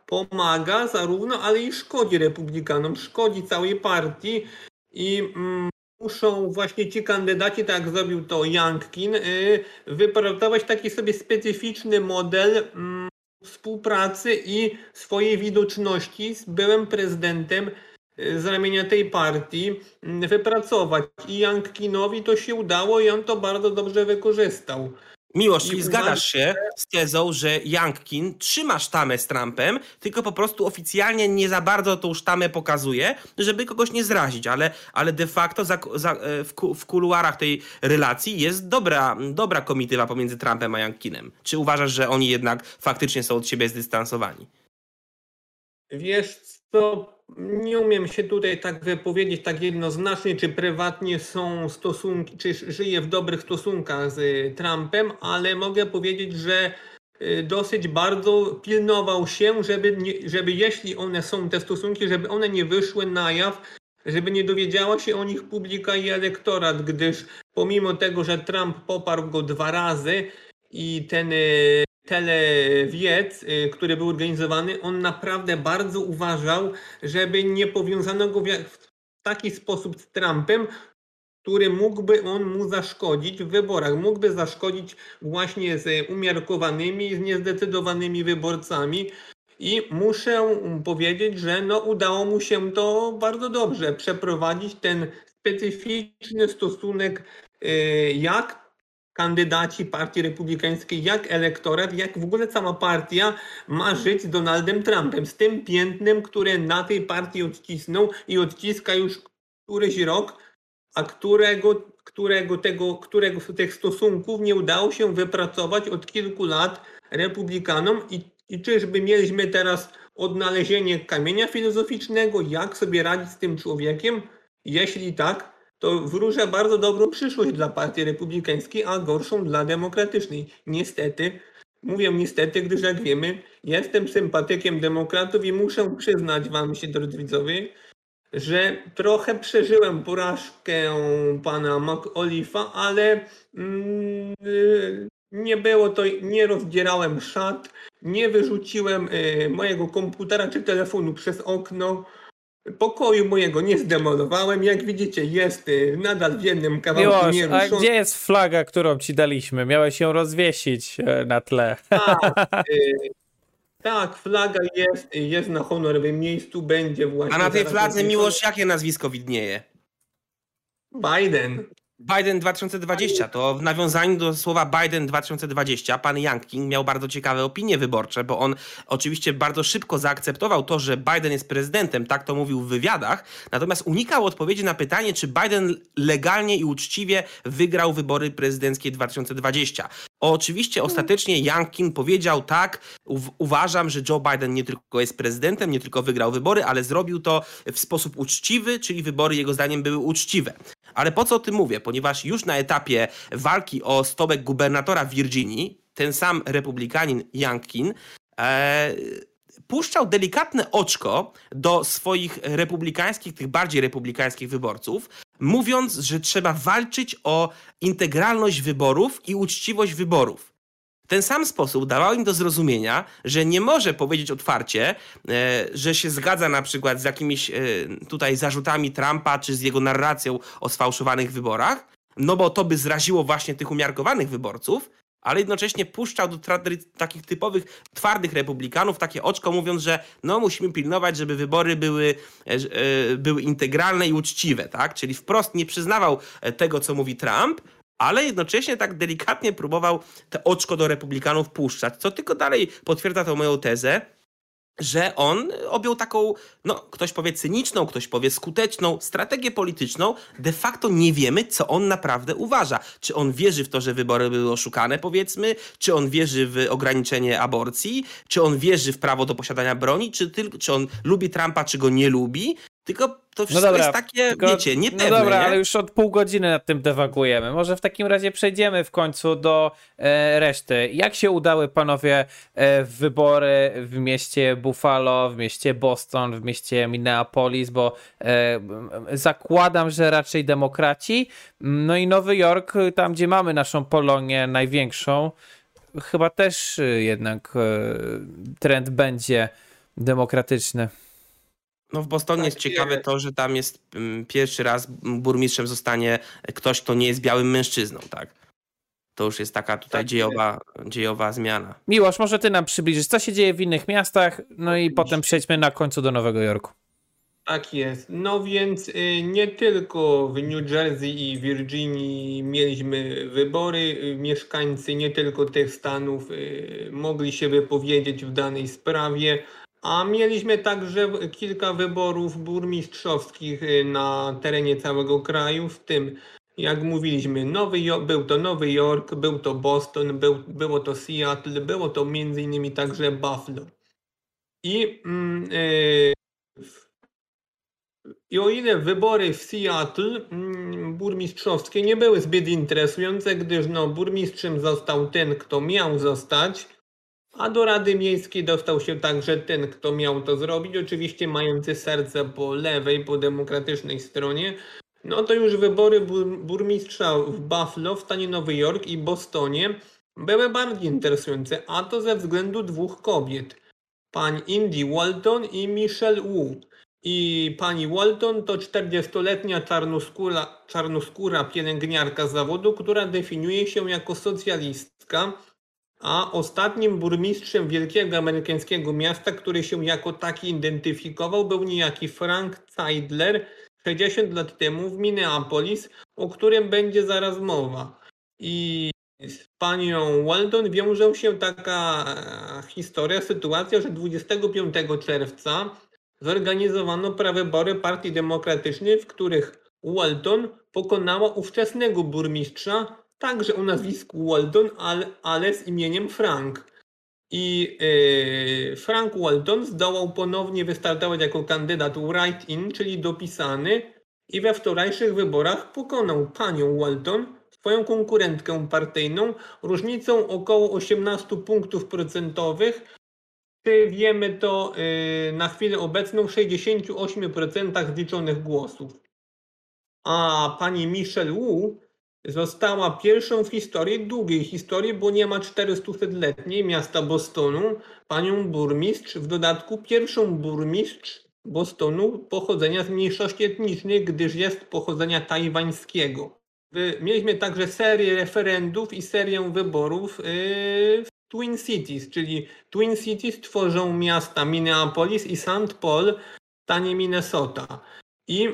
pomaga zarówno, ale i szkodzi republikanom, szkodzi całej partii i muszą właśnie ci kandydaci, tak jak zrobił to Youngkin, wypracować taki sobie specyficzny model współpracy i swojej widoczności z byłym prezydentem z ramienia tej partii wypracować. I Youngkinowi to się udało i on to bardzo dobrze wykorzystał. Miłosz, czyli zgadzasz się z tezą, że Youngkin trzyma sztamę z Trumpem, tylko po prostu oficjalnie nie za bardzo tą sztamę pokazuje, żeby kogoś nie zrazić, ale de facto w kuluarach tej relacji jest dobra komitywa pomiędzy Trumpem a Youngkinem. Czy uważasz, że oni jednak faktycznie są od siebie zdystansowani? Wiesz co, nie umiem się tutaj tak wypowiedzieć tak jednoznacznie, czy prywatnie są stosunki, czy żyje w dobrych stosunkach z Trumpem, ale mogę powiedzieć, że dosyć bardzo pilnował się, żeby jeśli one są te stosunki, żeby one nie wyszły na jaw, żeby nie dowiedziała się o nich publika i elektorat, gdyż pomimo tego, że Trump poparł go 2 razy i ten telewiec, który był organizowany, on naprawdę bardzo uważał, żeby nie powiązano go w taki sposób z Trumpem, który mógłby mu zaszkodzić w wyborach. Mógłby zaszkodzić właśnie z umiarkowanymi, z niezdecydowanymi wyborcami. I muszę powiedzieć, że udało mu się to bardzo dobrze przeprowadzić ten specyficzny stosunek, jak kandydaci partii republikańskiej, jak elektorat, jak w ogóle cała partia ma żyć z Donaldem Trumpem, z tym piętnem, które na tej partii odcisnął i odciska już któryś rok, a którego z tych stosunków nie udało się wypracować od kilku lat republikanom i czyżby mieliśmy teraz odnalezienie kamienia filozoficznego, jak sobie radzić z tym człowiekiem? Jeśli tak, to wróżę bardzo dobrą przyszłość dla partii republikańskiej, a gorszą dla demokratycznej. Niestety, mówię niestety, gdyż jak wiemy, jestem sympatykiem demokratów i muszę przyznać wam się, drodzy widzowie, że trochę przeżyłem porażkę pana McAuliffe'a, ale nie było to, nie rozdzierałem szat, nie wyrzuciłem mojego komputera czy telefonu przez okno, pokoju mojego nie zdemolowałem, jak widzicie jest nadal w jednym kawałku Miłosz, a gdzie jest flaga, którą ci daliśmy? Miałeś ją rozwiesić na tle. Tak, flaga jest na honorowym miejscu, będzie właśnie... A na tej fladze, Miłosz, jakie nazwisko widnieje? Biden 2020, to w nawiązaniu do słowa Biden 2020 pan Youngkin miał bardzo ciekawe opinie wyborcze, bo on oczywiście bardzo szybko zaakceptował to, że Biden jest prezydentem, tak to mówił w wywiadach, natomiast unikał odpowiedzi na pytanie, czy Biden legalnie i uczciwie wygrał wybory prezydenckie 2020. Oczywiście ostatecznie Youngkin powiedział tak, uważam, że Joe Biden nie tylko jest prezydentem, nie tylko wygrał wybory, ale zrobił to w sposób uczciwy, czyli wybory jego zdaniem były uczciwe. Ale po co o tym mówię? Ponieważ już na etapie walki o stołek gubernatora w Virginii ten sam republikanin Youngkin puszczał delikatne oczko do swoich republikańskich, tych bardziej republikańskich wyborców, mówiąc, że trzeba walczyć o integralność wyborów i uczciwość wyborów. W ten sam sposób dawał im do zrozumienia, że nie może powiedzieć otwarcie, że się zgadza na przykład z jakimiś tutaj zarzutami Trumpa, czy z jego narracją o sfałszowanych wyborach, no bo to by zraziło właśnie tych umiarkowanych wyborców, ale jednocześnie puszczał do takich typowych, twardych republikanów takie oczko, mówiąc, że musimy pilnować, żeby wybory były integralne i uczciwe, tak? Czyli wprost nie przyznawał tego, co mówi Trump, ale jednocześnie tak delikatnie próbował te oczko do republikanów puszczać, co tylko dalej potwierdza tą moją tezę, że on objął taką, ktoś powie cyniczną, ktoś powie skuteczną strategię polityczną. De facto nie wiemy, co on naprawdę uważa. Czy on wierzy w to, że wybory były oszukane, powiedzmy, czy on wierzy w ograniczenie aborcji, czy on wierzy w prawo do posiadania broni, czy on lubi Trumpa, czy go nie lubi. Tylko to wszystko jest takie, wiecie, niepewne. No dobra, nie? ale już od pół godziny nad tym dewagujemy. Może w takim razie przejdziemy w końcu do reszty. Jak się udały panowie wybory w mieście Buffalo, w mieście Boston, w mieście Minneapolis, bo zakładam, że raczej demokraci. No i Nowy Jork, tam gdzie mamy naszą Polonię największą, chyba też jednak trend będzie demokratyczne. No w Bostonie jest ciekawe to, że tam jest pierwszy raz burmistrzem zostanie ktoś, kto nie jest białym mężczyzną, tak? To już jest taka tutaj dziejowa zmiana. Miłosz, może ty nam przybliżysz, co się dzieje w innych miastach, no i potem przejdźmy na końcu do Nowego Jorku. Tak jest. No więc nie tylko w New Jersey i Virginii mieliśmy wybory. Mieszkańcy nie tylko tych stanów mogli się wypowiedzieć w danej sprawie, a mieliśmy także kilka wyborów burmistrzowskich na terenie całego kraju, w tym, jak mówiliśmy, był to Nowy Jork, był to Boston, było to Seattle, było to między innymi także Buffalo. I o ile wybory w Seattle burmistrzowskie nie były zbyt interesujące, gdyż burmistrzem został ten, kto miał zostać, a do Rady Miejskiej dostał się także ten, kto miał to zrobić, oczywiście mający serce po lewej, po demokratycznej stronie. No to już wybory burmistrza w Buffalo, w stanie Nowy Jork i Bostonie były bardziej interesujące, a to ze względu dwóch kobiet. Pani Indy Walton i Michelle Wu. I pani Walton to 40-letnia czarnoskóra pielęgniarka z zawodu, która definiuje się jako socjalistka, a ostatnim burmistrzem wielkiego amerykańskiego miasta, który się jako taki identyfikował, był niejaki Frank Zeidler 60 lat temu w Minneapolis, o którym będzie zaraz mowa. I z panią Walton wiąże się taka sytuacja, że 25 czerwca zorganizowano prawybory Partii Demokratycznej, w których Walton pokonała ówczesnego burmistrza, także o nazwisku Walton, ale z imieniem Frank. I Frank Walton zdołał ponownie wystartować jako kandydat write-in, czyli dopisany, i we wczorajszych wyborach pokonał panią Walton, swoją konkurentkę partyjną, różnicą około 18 punktów procentowych. Wiemy to na chwilę obecną w 68% zliczonych głosów. A pani Michelle Wu została pierwszą w historii, długiej historii, bo nie ma 400-letniej miasta Bostonu, panią burmistrz, w dodatku pierwszą burmistrz Bostonu pochodzenia z mniejszości etnicznej, gdyż jest pochodzenia tajwańskiego. Mieliśmy także serię referendów i serię wyborów w Twin Cities, czyli Twin Cities tworzą miasta Minneapolis i St. Paul w stanie Minnesota. I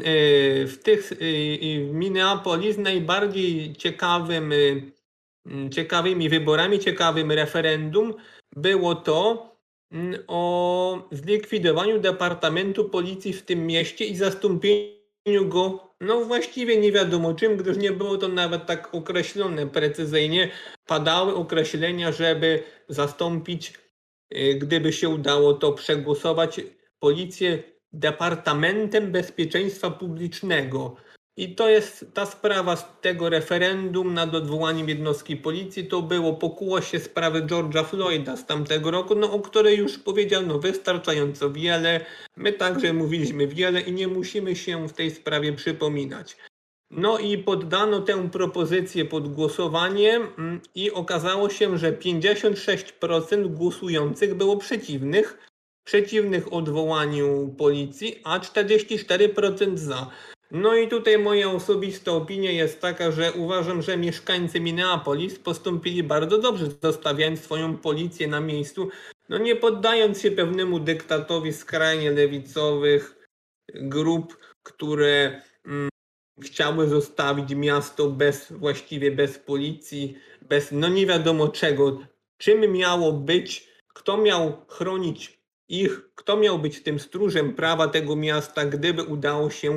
w Minneapolis najbardziej ciekawymi wyborami, ciekawym referendum było to o zlikwidowaniu Departamentu Policji w tym mieście i zastąpieniu go właściwie nie wiadomo czym, gdyż nie było to nawet tak określone precyzyjnie. Padały określenia, żeby zastąpić, gdyby się udało to przegłosować, policję Departamentem Bezpieczeństwa Publicznego. I to jest ta sprawa z tego referendum nad odwołaniem jednostki policji. To pokuło się sprawy George'a Floyda z tamtego roku, o której już powiedziano wystarczająco wiele. My także mówiliśmy wiele i nie musimy się w tej sprawie przypominać. No i poddano tę propozycję pod głosowanie i okazało się, że 56% głosujących było przeciwnych odwołaniu policji, a 44% za. No i tutaj moja osobista opinia jest taka, że uważam, że mieszkańcy Minneapolis postąpili bardzo dobrze, zostawiając swoją policję na miejscu, nie poddając się pewnemu dyktatowi skrajnie lewicowych grup, które chciały zostawić miasto właściwie bez policji, bez nie wiadomo czego, czym miało być, kto miał chronić ich, kto miał być tym stróżem prawa tego miasta, gdyby udało się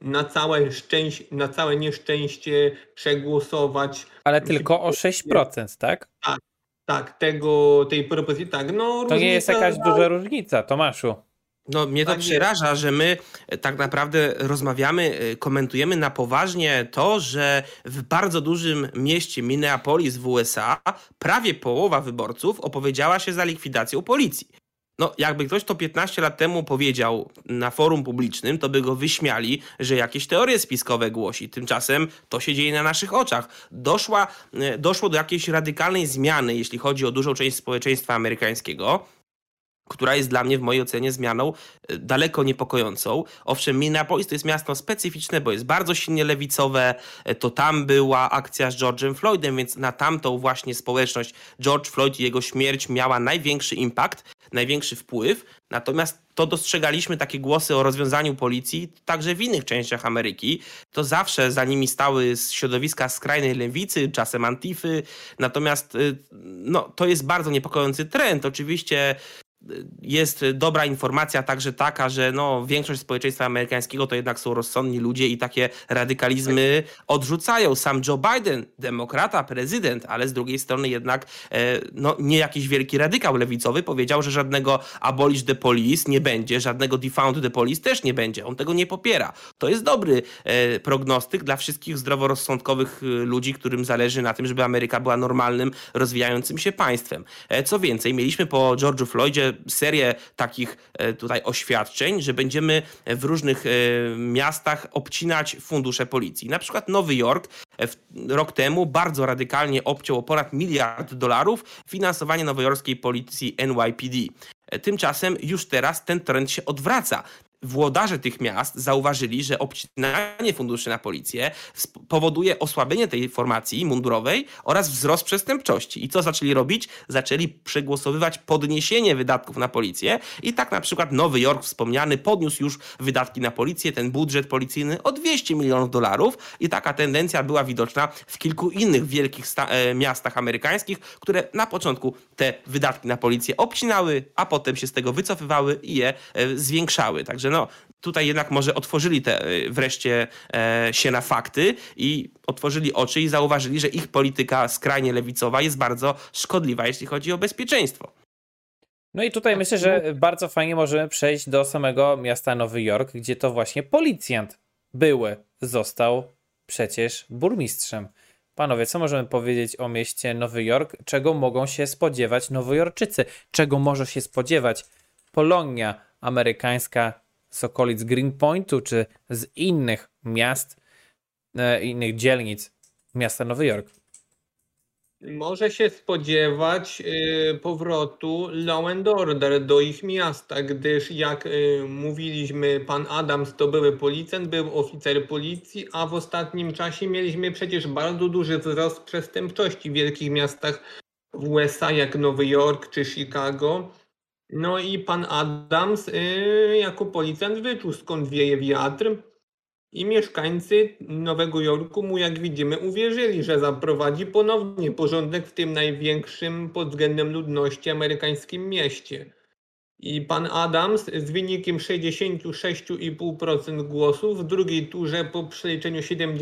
na całe nieszczęście przegłosować. Ale tylko o 6%, tak? Tak, tej propozycji, tak. To nie jest jakaś duża różnica, Tomaszu. Mnie to przeraża, że my tak naprawdę rozmawiamy, komentujemy na poważnie to, że w bardzo dużym mieście Minneapolis w USA prawie połowa wyborców opowiedziała się za likwidacją policji. Jakby ktoś to 15 lat temu powiedział na forum publicznym, to by go wyśmiali, że jakieś teorie spiskowe głosi. Tymczasem to się dzieje na naszych oczach. Doszło do jakiejś radykalnej zmiany, jeśli chodzi o dużą część społeczeństwa amerykańskiego. która jest dla mnie w mojej ocenie zmianą daleko niepokojącą. Owszem, Minneapolis to jest miasto specyficzne, bo jest bardzo silnie lewicowe, to tam była akcja z George'em Floydem, więc na tamtą właśnie społeczność George Floyd i jego śmierć miała największy impact, największy wpływ, natomiast to dostrzegaliśmy takie głosy o rozwiązaniu policji także w innych częściach Ameryki. To zawsze za nimi stały środowiska skrajnej lewicy, czasem Antify, natomiast no, to jest bardzo niepokojący trend. Oczywiście jest dobra informacja także taka, że no, większość społeczeństwa amerykańskiego to jednak są rozsądni ludzie i takie radykalizmy odrzucają. Sam Joe Biden, demokrata, prezydent, ale z drugiej strony jednak no, nie jakiś wielki radykał lewicowy, powiedział, że żadnego abolish the police nie będzie, żadnego defund the police też nie będzie. On tego nie popiera. To jest dobry prognostyk dla wszystkich zdroworozsądkowych ludzi, którym zależy na tym, żeby Ameryka była normalnym, rozwijającym się państwem. Co więcej, mieliśmy po George'u Floydzie serię takich tutaj oświadczeń, że będziemy w różnych miastach obcinać fundusze policji. Na przykład Nowy Jork rok temu bardzo radykalnie obciął o ponad $1 miliard finansowanie nowojorskiej policji NYPD. Tymczasem już teraz ten trend się odwraca. Włodarze tych miast zauważyli, że obcinanie funduszy na policję powoduje osłabienie tej formacji mundurowej oraz wzrost przestępczości. I co zaczęli robić? Zaczęli przegłosowywać podniesienie wydatków na policję i tak na przykład Nowy Jork wspomniany podniósł już wydatki na policję, ten budżet policyjny o $200 milionów i taka tendencja była widoczna w kilku innych wielkich miastach amerykańskich, które na początku te wydatki na policję obcinały, a potem się z tego wycofywały i je zwiększały. Także no, tutaj jednak może otworzyli wreszcie się na fakty i otworzyli oczy i zauważyli, że ich polityka skrajnie lewicowa jest bardzo szkodliwa, jeśli chodzi o bezpieczeństwo. No i tutaj myślę, że bardzo fajnie możemy przejść do samego miasta Nowy Jork, gdzie to właśnie policjant został przecież burmistrzem. Panowie, co możemy powiedzieć o mieście Nowy Jork? Czego mogą się spodziewać nowojorczycy? Czego może się spodziewać Polonia amerykańska z okolic Greenpointu, czy z innych miast, innych dzielnic miasta Nowy Jork? Może się spodziewać powrotu law and order do ich miasta, gdyż jak mówiliśmy, pan Adams to były policjant, był oficer policji, a w ostatnim czasie mieliśmy przecież bardzo duży wzrost przestępczości w wielkich miastach w USA, jak Nowy Jork czy Chicago. No i pan Adams jako policjant wyczuł, skąd wieje wiatr i mieszkańcy Nowego Jorku mu, jak widzimy, uwierzyli, że zaprowadzi ponownie porządek w tym największym pod względem ludności amerykańskim mieście. I pan Adams z wynikiem 66,5% głosów w drugiej turze po przeliczeniu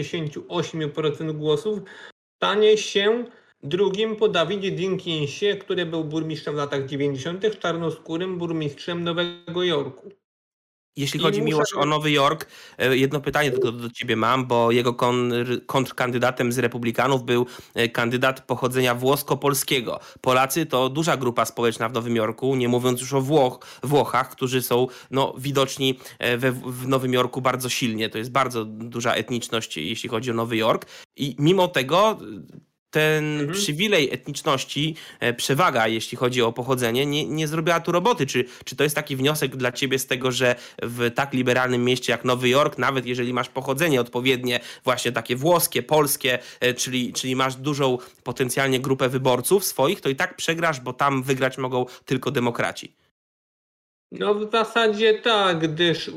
78% głosów stanie się drugim po Davidzie Dinkinsie, który był burmistrzem w latach 90., czarnoskórym burmistrzem Nowego Jorku. Jeśli chodzi, Miłosz, o Nowy Jork, jedno pytanie tylko do ciebie mam, bo jego kontrkandydatem z Republikanów był kandydat pochodzenia włosko-polskiego. Polacy to duża grupa społeczna w Nowym Jorku, nie mówiąc już o Włochach, którzy są no, widoczni w Nowym Jorku bardzo silnie. To jest bardzo duża etniczność, jeśli chodzi o Nowy Jork. I mimo tego ten przywilej etniczności, przewaga, jeśli chodzi o pochodzenie, nie zrobiła tu roboty. Czy to jest taki wniosek dla ciebie z tego, że w tak liberalnym mieście jak Nowy Jork, nawet jeżeli masz pochodzenie odpowiednie, właśnie takie włoskie, polskie, czyli masz dużą potencjalnie grupę wyborców swoich, to i tak przegrasz, bo tam wygrać mogą tylko demokraci? No w zasadzie tak, gdyż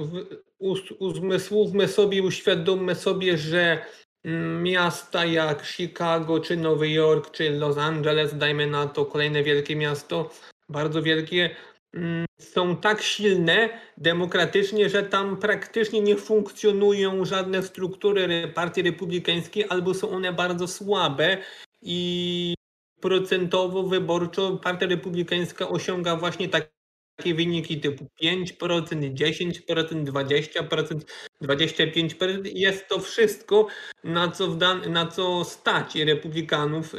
uzmysłówmy sobie, uświadommy sobie, że miasta jak Chicago, czy Nowy Jork, czy Los Angeles, dajmy na to kolejne wielkie miasto, bardzo wielkie, są tak silne demokratycznie, że tam praktycznie nie funkcjonują żadne struktury partii republikańskiej, albo są one bardzo słabe i procentowo, wyborczo partia republikańska osiąga właśnie takie wyniki typu 5%, 10%, 20%, 25%. Jest to wszystko, na co stać republikanów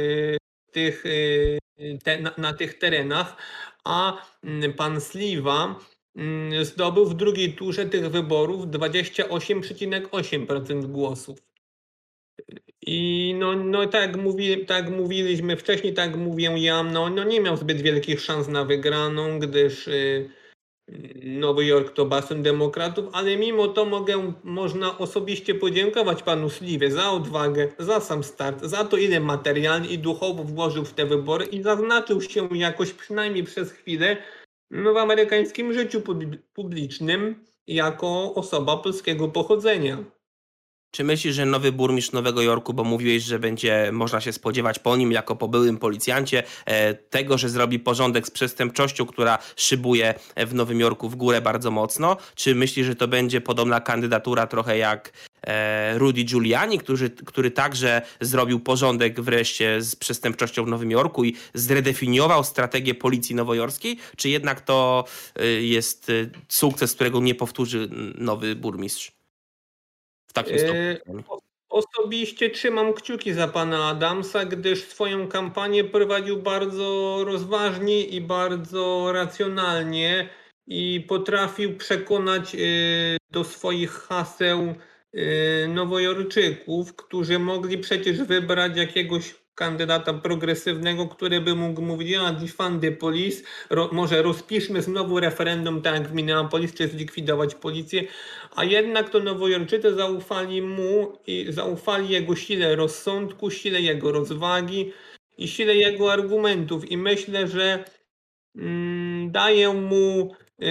na tych terenach, a pan Sliwa zdobył w drugiej turze tych wyborów 28,8% głosów. I tak jak mówiliśmy wcześniej, tak mówię ja, nie miał zbyt wielkich szans na wygraną, gdyż Nowy Jork to basen demokratów, ale mimo to można osobiście podziękować panu Sliwie za odwagę, za sam start, za to ile materialnie i duchowo włożył w te wybory i zaznaczył się jakoś przynajmniej przez chwilę w amerykańskim życiu publicznym jako osoba polskiego pochodzenia. Czy myślisz, że nowy burmistrz Nowego Jorku, bo mówiłeś, że będzie można się spodziewać po nim jako po byłym policjancie tego, że zrobi porządek z przestępczością, która szybuje w Nowym Jorku w górę bardzo mocno? Czy myślisz, że to będzie podobna kandydatura trochę jak Rudy Giuliani, który także zrobił porządek wreszcie z przestępczością w Nowym Jorku i zredefiniował strategię policji nowojorskiej? Czy jednak to jest sukces, którego nie powtórzy nowy burmistrz? Osobiście trzymam kciuki za pana Adamsa, gdyż swoją kampanię prowadził bardzo rozważnie i bardzo racjonalnie i potrafił przekonać do swoich haseł Nowojorczyków, którzy mogli przecież wybrać jakiegoś kandydata progresywnego, który by mógł mówić: defund the police, może rozpiszmy znowu referendum tak jak w Minneapolis, czy zlikwidować policję, a jednak to Nowojorczycy zaufali mu i zaufali jego sile rozsądku, sile jego rozwagi i sile jego argumentów i myślę, że daję mu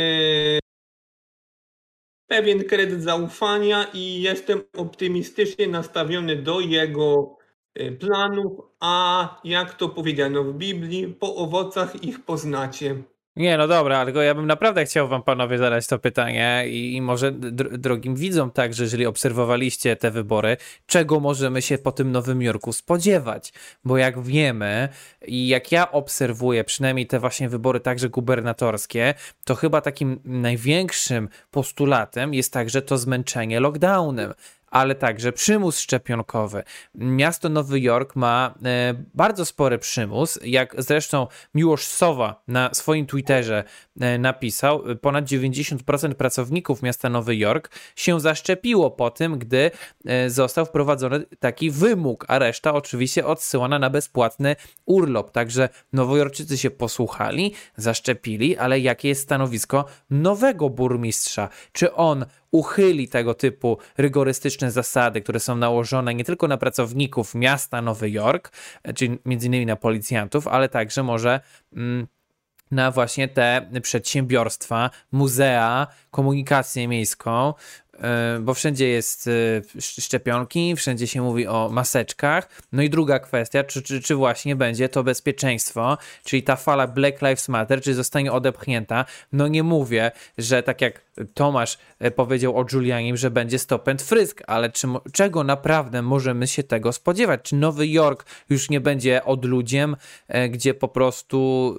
pewien kredyt zaufania i jestem optymistycznie nastawiony do jego planów, a jak to powiedziano w Biblii, po owocach ich poznacie. Nie, no dobra, tylko ja bym naprawdę chciał wam, panowie, zadać to pytanie i może drogim widzom także, jeżeli obserwowaliście te wybory, czego możemy się po tym Nowym Jorku spodziewać? Bo jak wiemy i jak ja obserwuję przynajmniej te właśnie wybory także gubernatorskie, to chyba takim największym postulatem jest także to zmęczenie lockdownem, ale także przymus szczepionkowy. Miasto Nowy Jork ma bardzo spory przymus, jak zresztą Miłosz Sowa na swoim Twitterze napisał, ponad 90% pracowników miasta Nowy Jork się zaszczepiło po tym, gdy został wprowadzony taki wymóg, a reszta oczywiście odsyłana na bezpłatny urlop. Także nowojorczycy się posłuchali, zaszczepili, ale jakie jest stanowisko nowego burmistrza? Czy on uchyli tego typu rygorystyczne zasady, które są nałożone nie tylko na pracowników miasta Nowy Jork, czyli między innymi na policjantów, ale także może na właśnie te przedsiębiorstwa, muzea, komunikację miejską, bo wszędzie jest szczepionki, wszędzie się mówi o maseczkach. No i druga kwestia, czy właśnie będzie to bezpieczeństwo, czyli ta fala Black Lives Matter, czy zostanie odepchnięta. No nie mówię, że tak jak Tomasz powiedział o Giulianim, że będzie stop and frisk, ale czego naprawdę możemy się tego spodziewać? Czy Nowy Jork już nie będzie odludziem, gdzie po prostu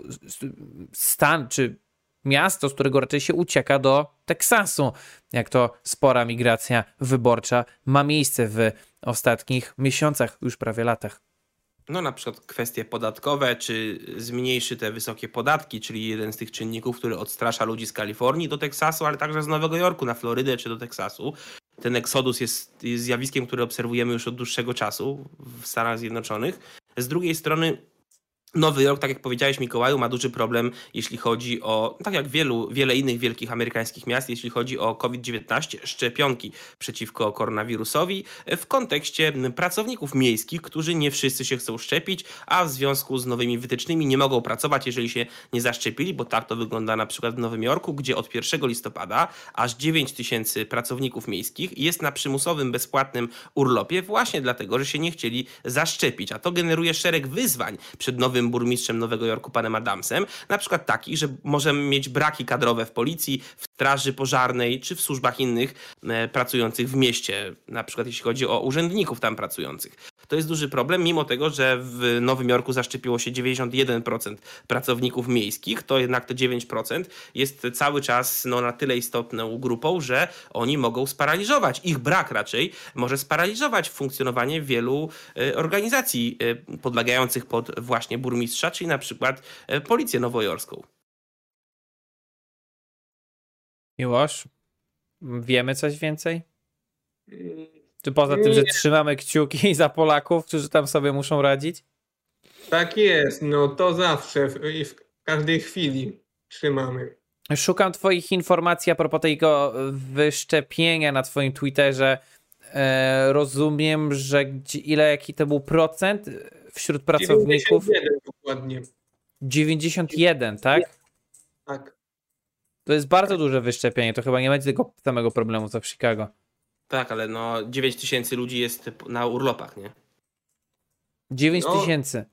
stan, czy miasto, z którego raczej się ucieka do Teksasu, jak to spora migracja wyborcza ma miejsce w ostatnich miesiącach, już prawie latach. No na przykład kwestie podatkowe, czy zmniejszy te wysokie podatki, czyli jeden z tych czynników, który odstrasza ludzi z Kalifornii do Teksasu, ale także z Nowego Jorku na Florydę czy do Teksasu. Ten eksodus jest zjawiskiem, które obserwujemy już od dłuższego czasu w Stanach Zjednoczonych. Z drugiej strony Nowy Jork, tak jak powiedziałeś, Mikołaju, ma duży problem, jeśli chodzi o, tak jak wiele innych wielkich amerykańskich miast, jeśli chodzi o COVID-19, szczepionki przeciwko koronawirusowi w kontekście pracowników miejskich, którzy nie wszyscy się chcą szczepić, a w związku z nowymi wytycznymi nie mogą pracować, jeżeli się nie zaszczepili, bo tak to wygląda na przykład w Nowym Jorku, gdzie od 1 listopada aż 9 000 pracowników miejskich jest na przymusowym, bezpłatnym urlopie właśnie dlatego, że się nie chcieli zaszczepić, a to generuje szereg wyzwań przed nowym burmistrzem Nowego Jorku, panem Adamsem, na przykład takich, że możemy mieć braki kadrowe w policji, w straży pożarnej czy w służbach innych pracujących w mieście, na przykład jeśli chodzi o urzędników tam pracujących. To jest duży problem, mimo tego, że w Nowym Jorku zaszczepiło się 91% pracowników miejskich, to jednak te 9% jest cały czas na tyle istotną grupą, że oni mogą sparaliżować, ich brak raczej może sparaliżować funkcjonowanie wielu organizacji podlegających pod właśnie burmistrza, czyli na przykład policję nowojorską. Miłosz, wiemy coś więcej? Czy poza tym, że trzymamy kciuki za Polaków, którzy tam sobie muszą radzić? Tak jest, no to zawsze i w każdej chwili trzymamy. Szukam twoich informacji a propos tego wyszczepienia na twoim Twitterze. Rozumiem, że jaki to był procent wśród pracowników? 91 dokładnie. 91, tak? Tak. To jest bardzo duże wyszczepienie, to chyba nie będzie tego samego problemu co w Chicago. Tak, ale 9 000 ludzi jest na urlopach, nie? 9 000.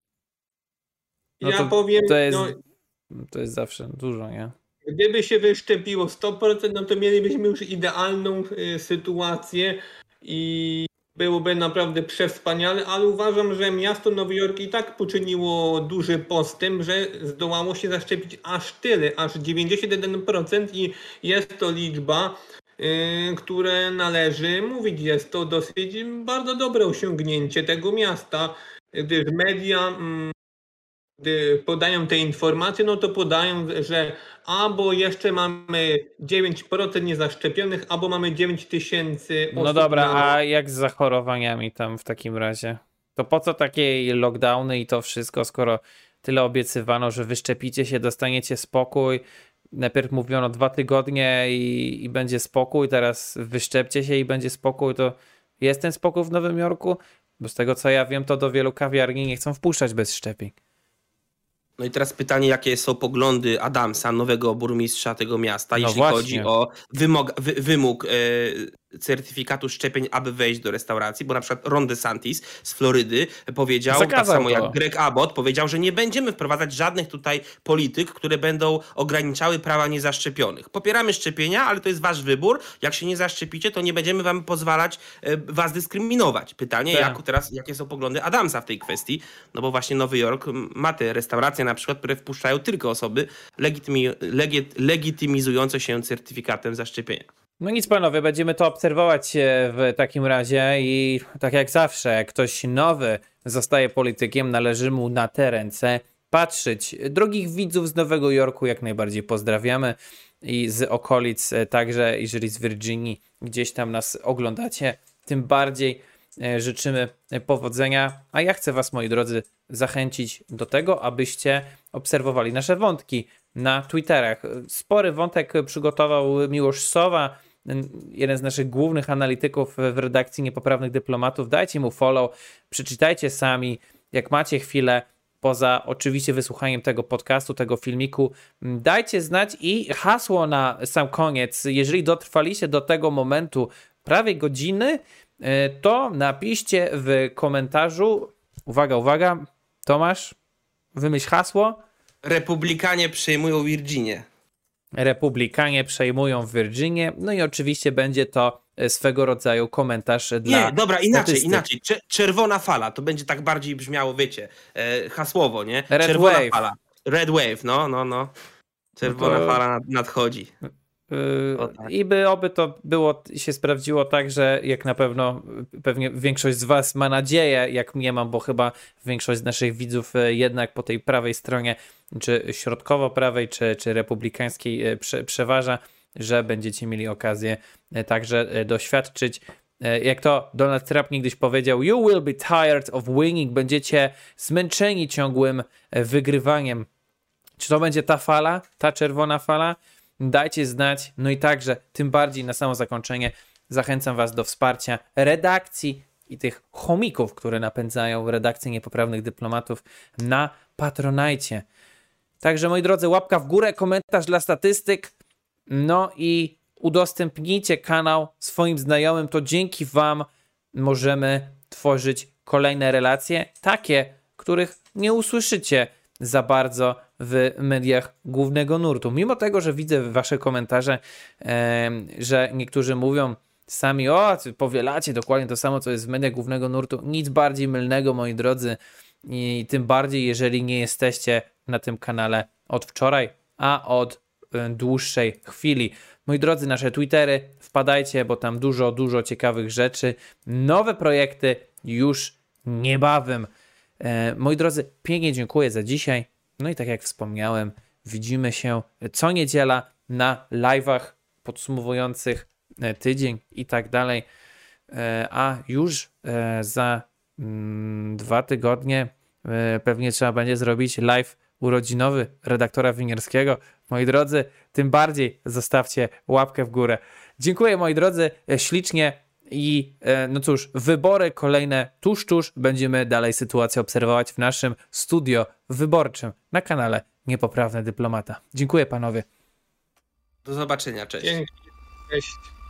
No ja powiem, to jest zawsze dużo, nie? Gdyby się wyszczepiło 100%, no to mielibyśmy już idealną sytuację i byłoby naprawdę przewspaniale, ale uważam, że miasto Nowy Jork i tak poczyniło duży postęp, że zdołało się zaszczepić aż tyle, aż 91% i jest to liczba, które należy mówić. Jest to dosyć bardzo dobre osiągnięcie tego miasta, gdyż media gdy podają te informacje, no to podają, że albo jeszcze mamy 9% niezaszczepionych, albo mamy 9 000 osób. No dobra, a jak z zachorowaniami tam w takim razie? To po co takie lockdowny i to wszystko, skoro tyle obiecywano, że wyszczepicie się, dostaniecie spokój. Najpierw mówiono 2 tygodnie i będzie spokój, teraz wyszczepcie się i będzie spokój. To jest ten spokój w Nowym Jorku? Bo z tego co ja wiem, to do wielu kawiarni nie chcą wpuszczać bez szczepień. No i teraz pytanie, jakie są poglądy Adamsa, nowego burmistrza tego miasta, jeśli właśnie. chodzi o wymóg certyfikatu szczepień, aby wejść do restauracji, bo na przykład Ron DeSantis z Florydy powiedział, tak samo jak Greg Abbott, powiedział, że nie będziemy wprowadzać żadnych tutaj polityk, które będą ograniczały prawa niezaszczepionych. Popieramy szczepienia, ale to jest wasz wybór. Jak się nie zaszczepicie, to nie będziemy wam pozwalać was dyskryminować. Pytanie, jakie są poglądy Adamsa w tej kwestii, no bo właśnie Nowy Jork ma te restauracje na przykład, które wpuszczają tylko osoby legitymizujące się certyfikatem zaszczepienia. No nic panowie, będziemy to obserwować w takim razie i tak jak zawsze, jak ktoś nowy zostaje politykiem, należy mu na te ręce patrzeć. Drogich widzów z Nowego Jorku jak najbardziej pozdrawiamy i z okolic także, jeżeli z Virginii gdzieś tam nas oglądacie, tym bardziej życzymy powodzenia, a ja chcę was, moi drodzy, zachęcić do tego, abyście obserwowali nasze wątki na Twitterach. Spory wątek przygotował Miłosz Sowa, jeden z naszych głównych analityków w redakcji Niepoprawnych Dyplomatów. Dajcie mu follow, przeczytajcie sami, jak macie chwilę, poza oczywiście wysłuchaniem tego podcastu, tego filmiku, dajcie znać i hasło na sam koniec, jeżeli dotrwaliście do tego momentu prawie godziny, to napiszcie w komentarzu, uwaga, Tomasz, wymyśl hasło. Republikanie przejmują Virginię. Republikanie przejmują Virginię, no i oczywiście będzie to swego rodzaju komentarz dla... Nie, dobra, inaczej. Czerwona fala, to będzie tak bardziej brzmiało, wiecie, hasłowo, nie? Czerwona fala. Red wave, no. Czerwona fala nadchodzi. Tak. I oby to się sprawdziło tak, że jak na pewnie większość z was ma nadzieję, jak mnie mam, bo chyba większość z naszych widzów jednak po tej prawej stronie, czy środkowo-prawej, czy republikańskiej przeważa, że będziecie mieli okazję także doświadczyć. Jak to Donald Trump niegdyś powiedział, you will be tired of winning, będziecie zmęczeni ciągłym wygrywaniem. Czy to będzie ta fala, ta czerwona fala? Dajcie znać, no i także tym bardziej na samo zakończenie zachęcam was do wsparcia redakcji i tych chomików, które napędzają redakcję Niepoprawnych Dyplomatów na Patronite. Także moi drodzy, łapka w górę, komentarz dla statystyk, no i udostępnijcie kanał swoim znajomym, to dzięki wam możemy tworzyć kolejne relacje, takie, których nie usłyszycie za bardzo w mediach głównego nurtu. Mimo tego, że widzę wasze komentarze, że niektórzy mówią sami, powielacie dokładnie to samo, co jest w mediach głównego nurtu. Nic bardziej mylnego, moi drodzy, i tym bardziej, jeżeli nie jesteście na tym kanale od wczoraj, a od dłuższej chwili. Moi drodzy, nasze Twittery, wpadajcie, bo tam dużo ciekawych rzeczy. Nowe projekty już niebawem. Moi drodzy, pięknie dziękuję za dzisiaj. No i tak jak wspomniałem, widzimy się co niedziela na live'ach podsumowujących tydzień i tak dalej. a już za 2 tygodnie pewnie trzeba będzie zrobić live urodzinowy redaktora Winierskiego. Moi drodzy, tym bardziej zostawcie łapkę w górę. Dziękuję, moi drodzy, ślicznie i no cóż, wybory kolejne tuż. Będziemy dalej sytuację obserwować w naszym studio wyborczym na kanale Niepoprawny Dyplomata. Dziękuję panowie. Do zobaczenia, cześć. Dzięki, cześć.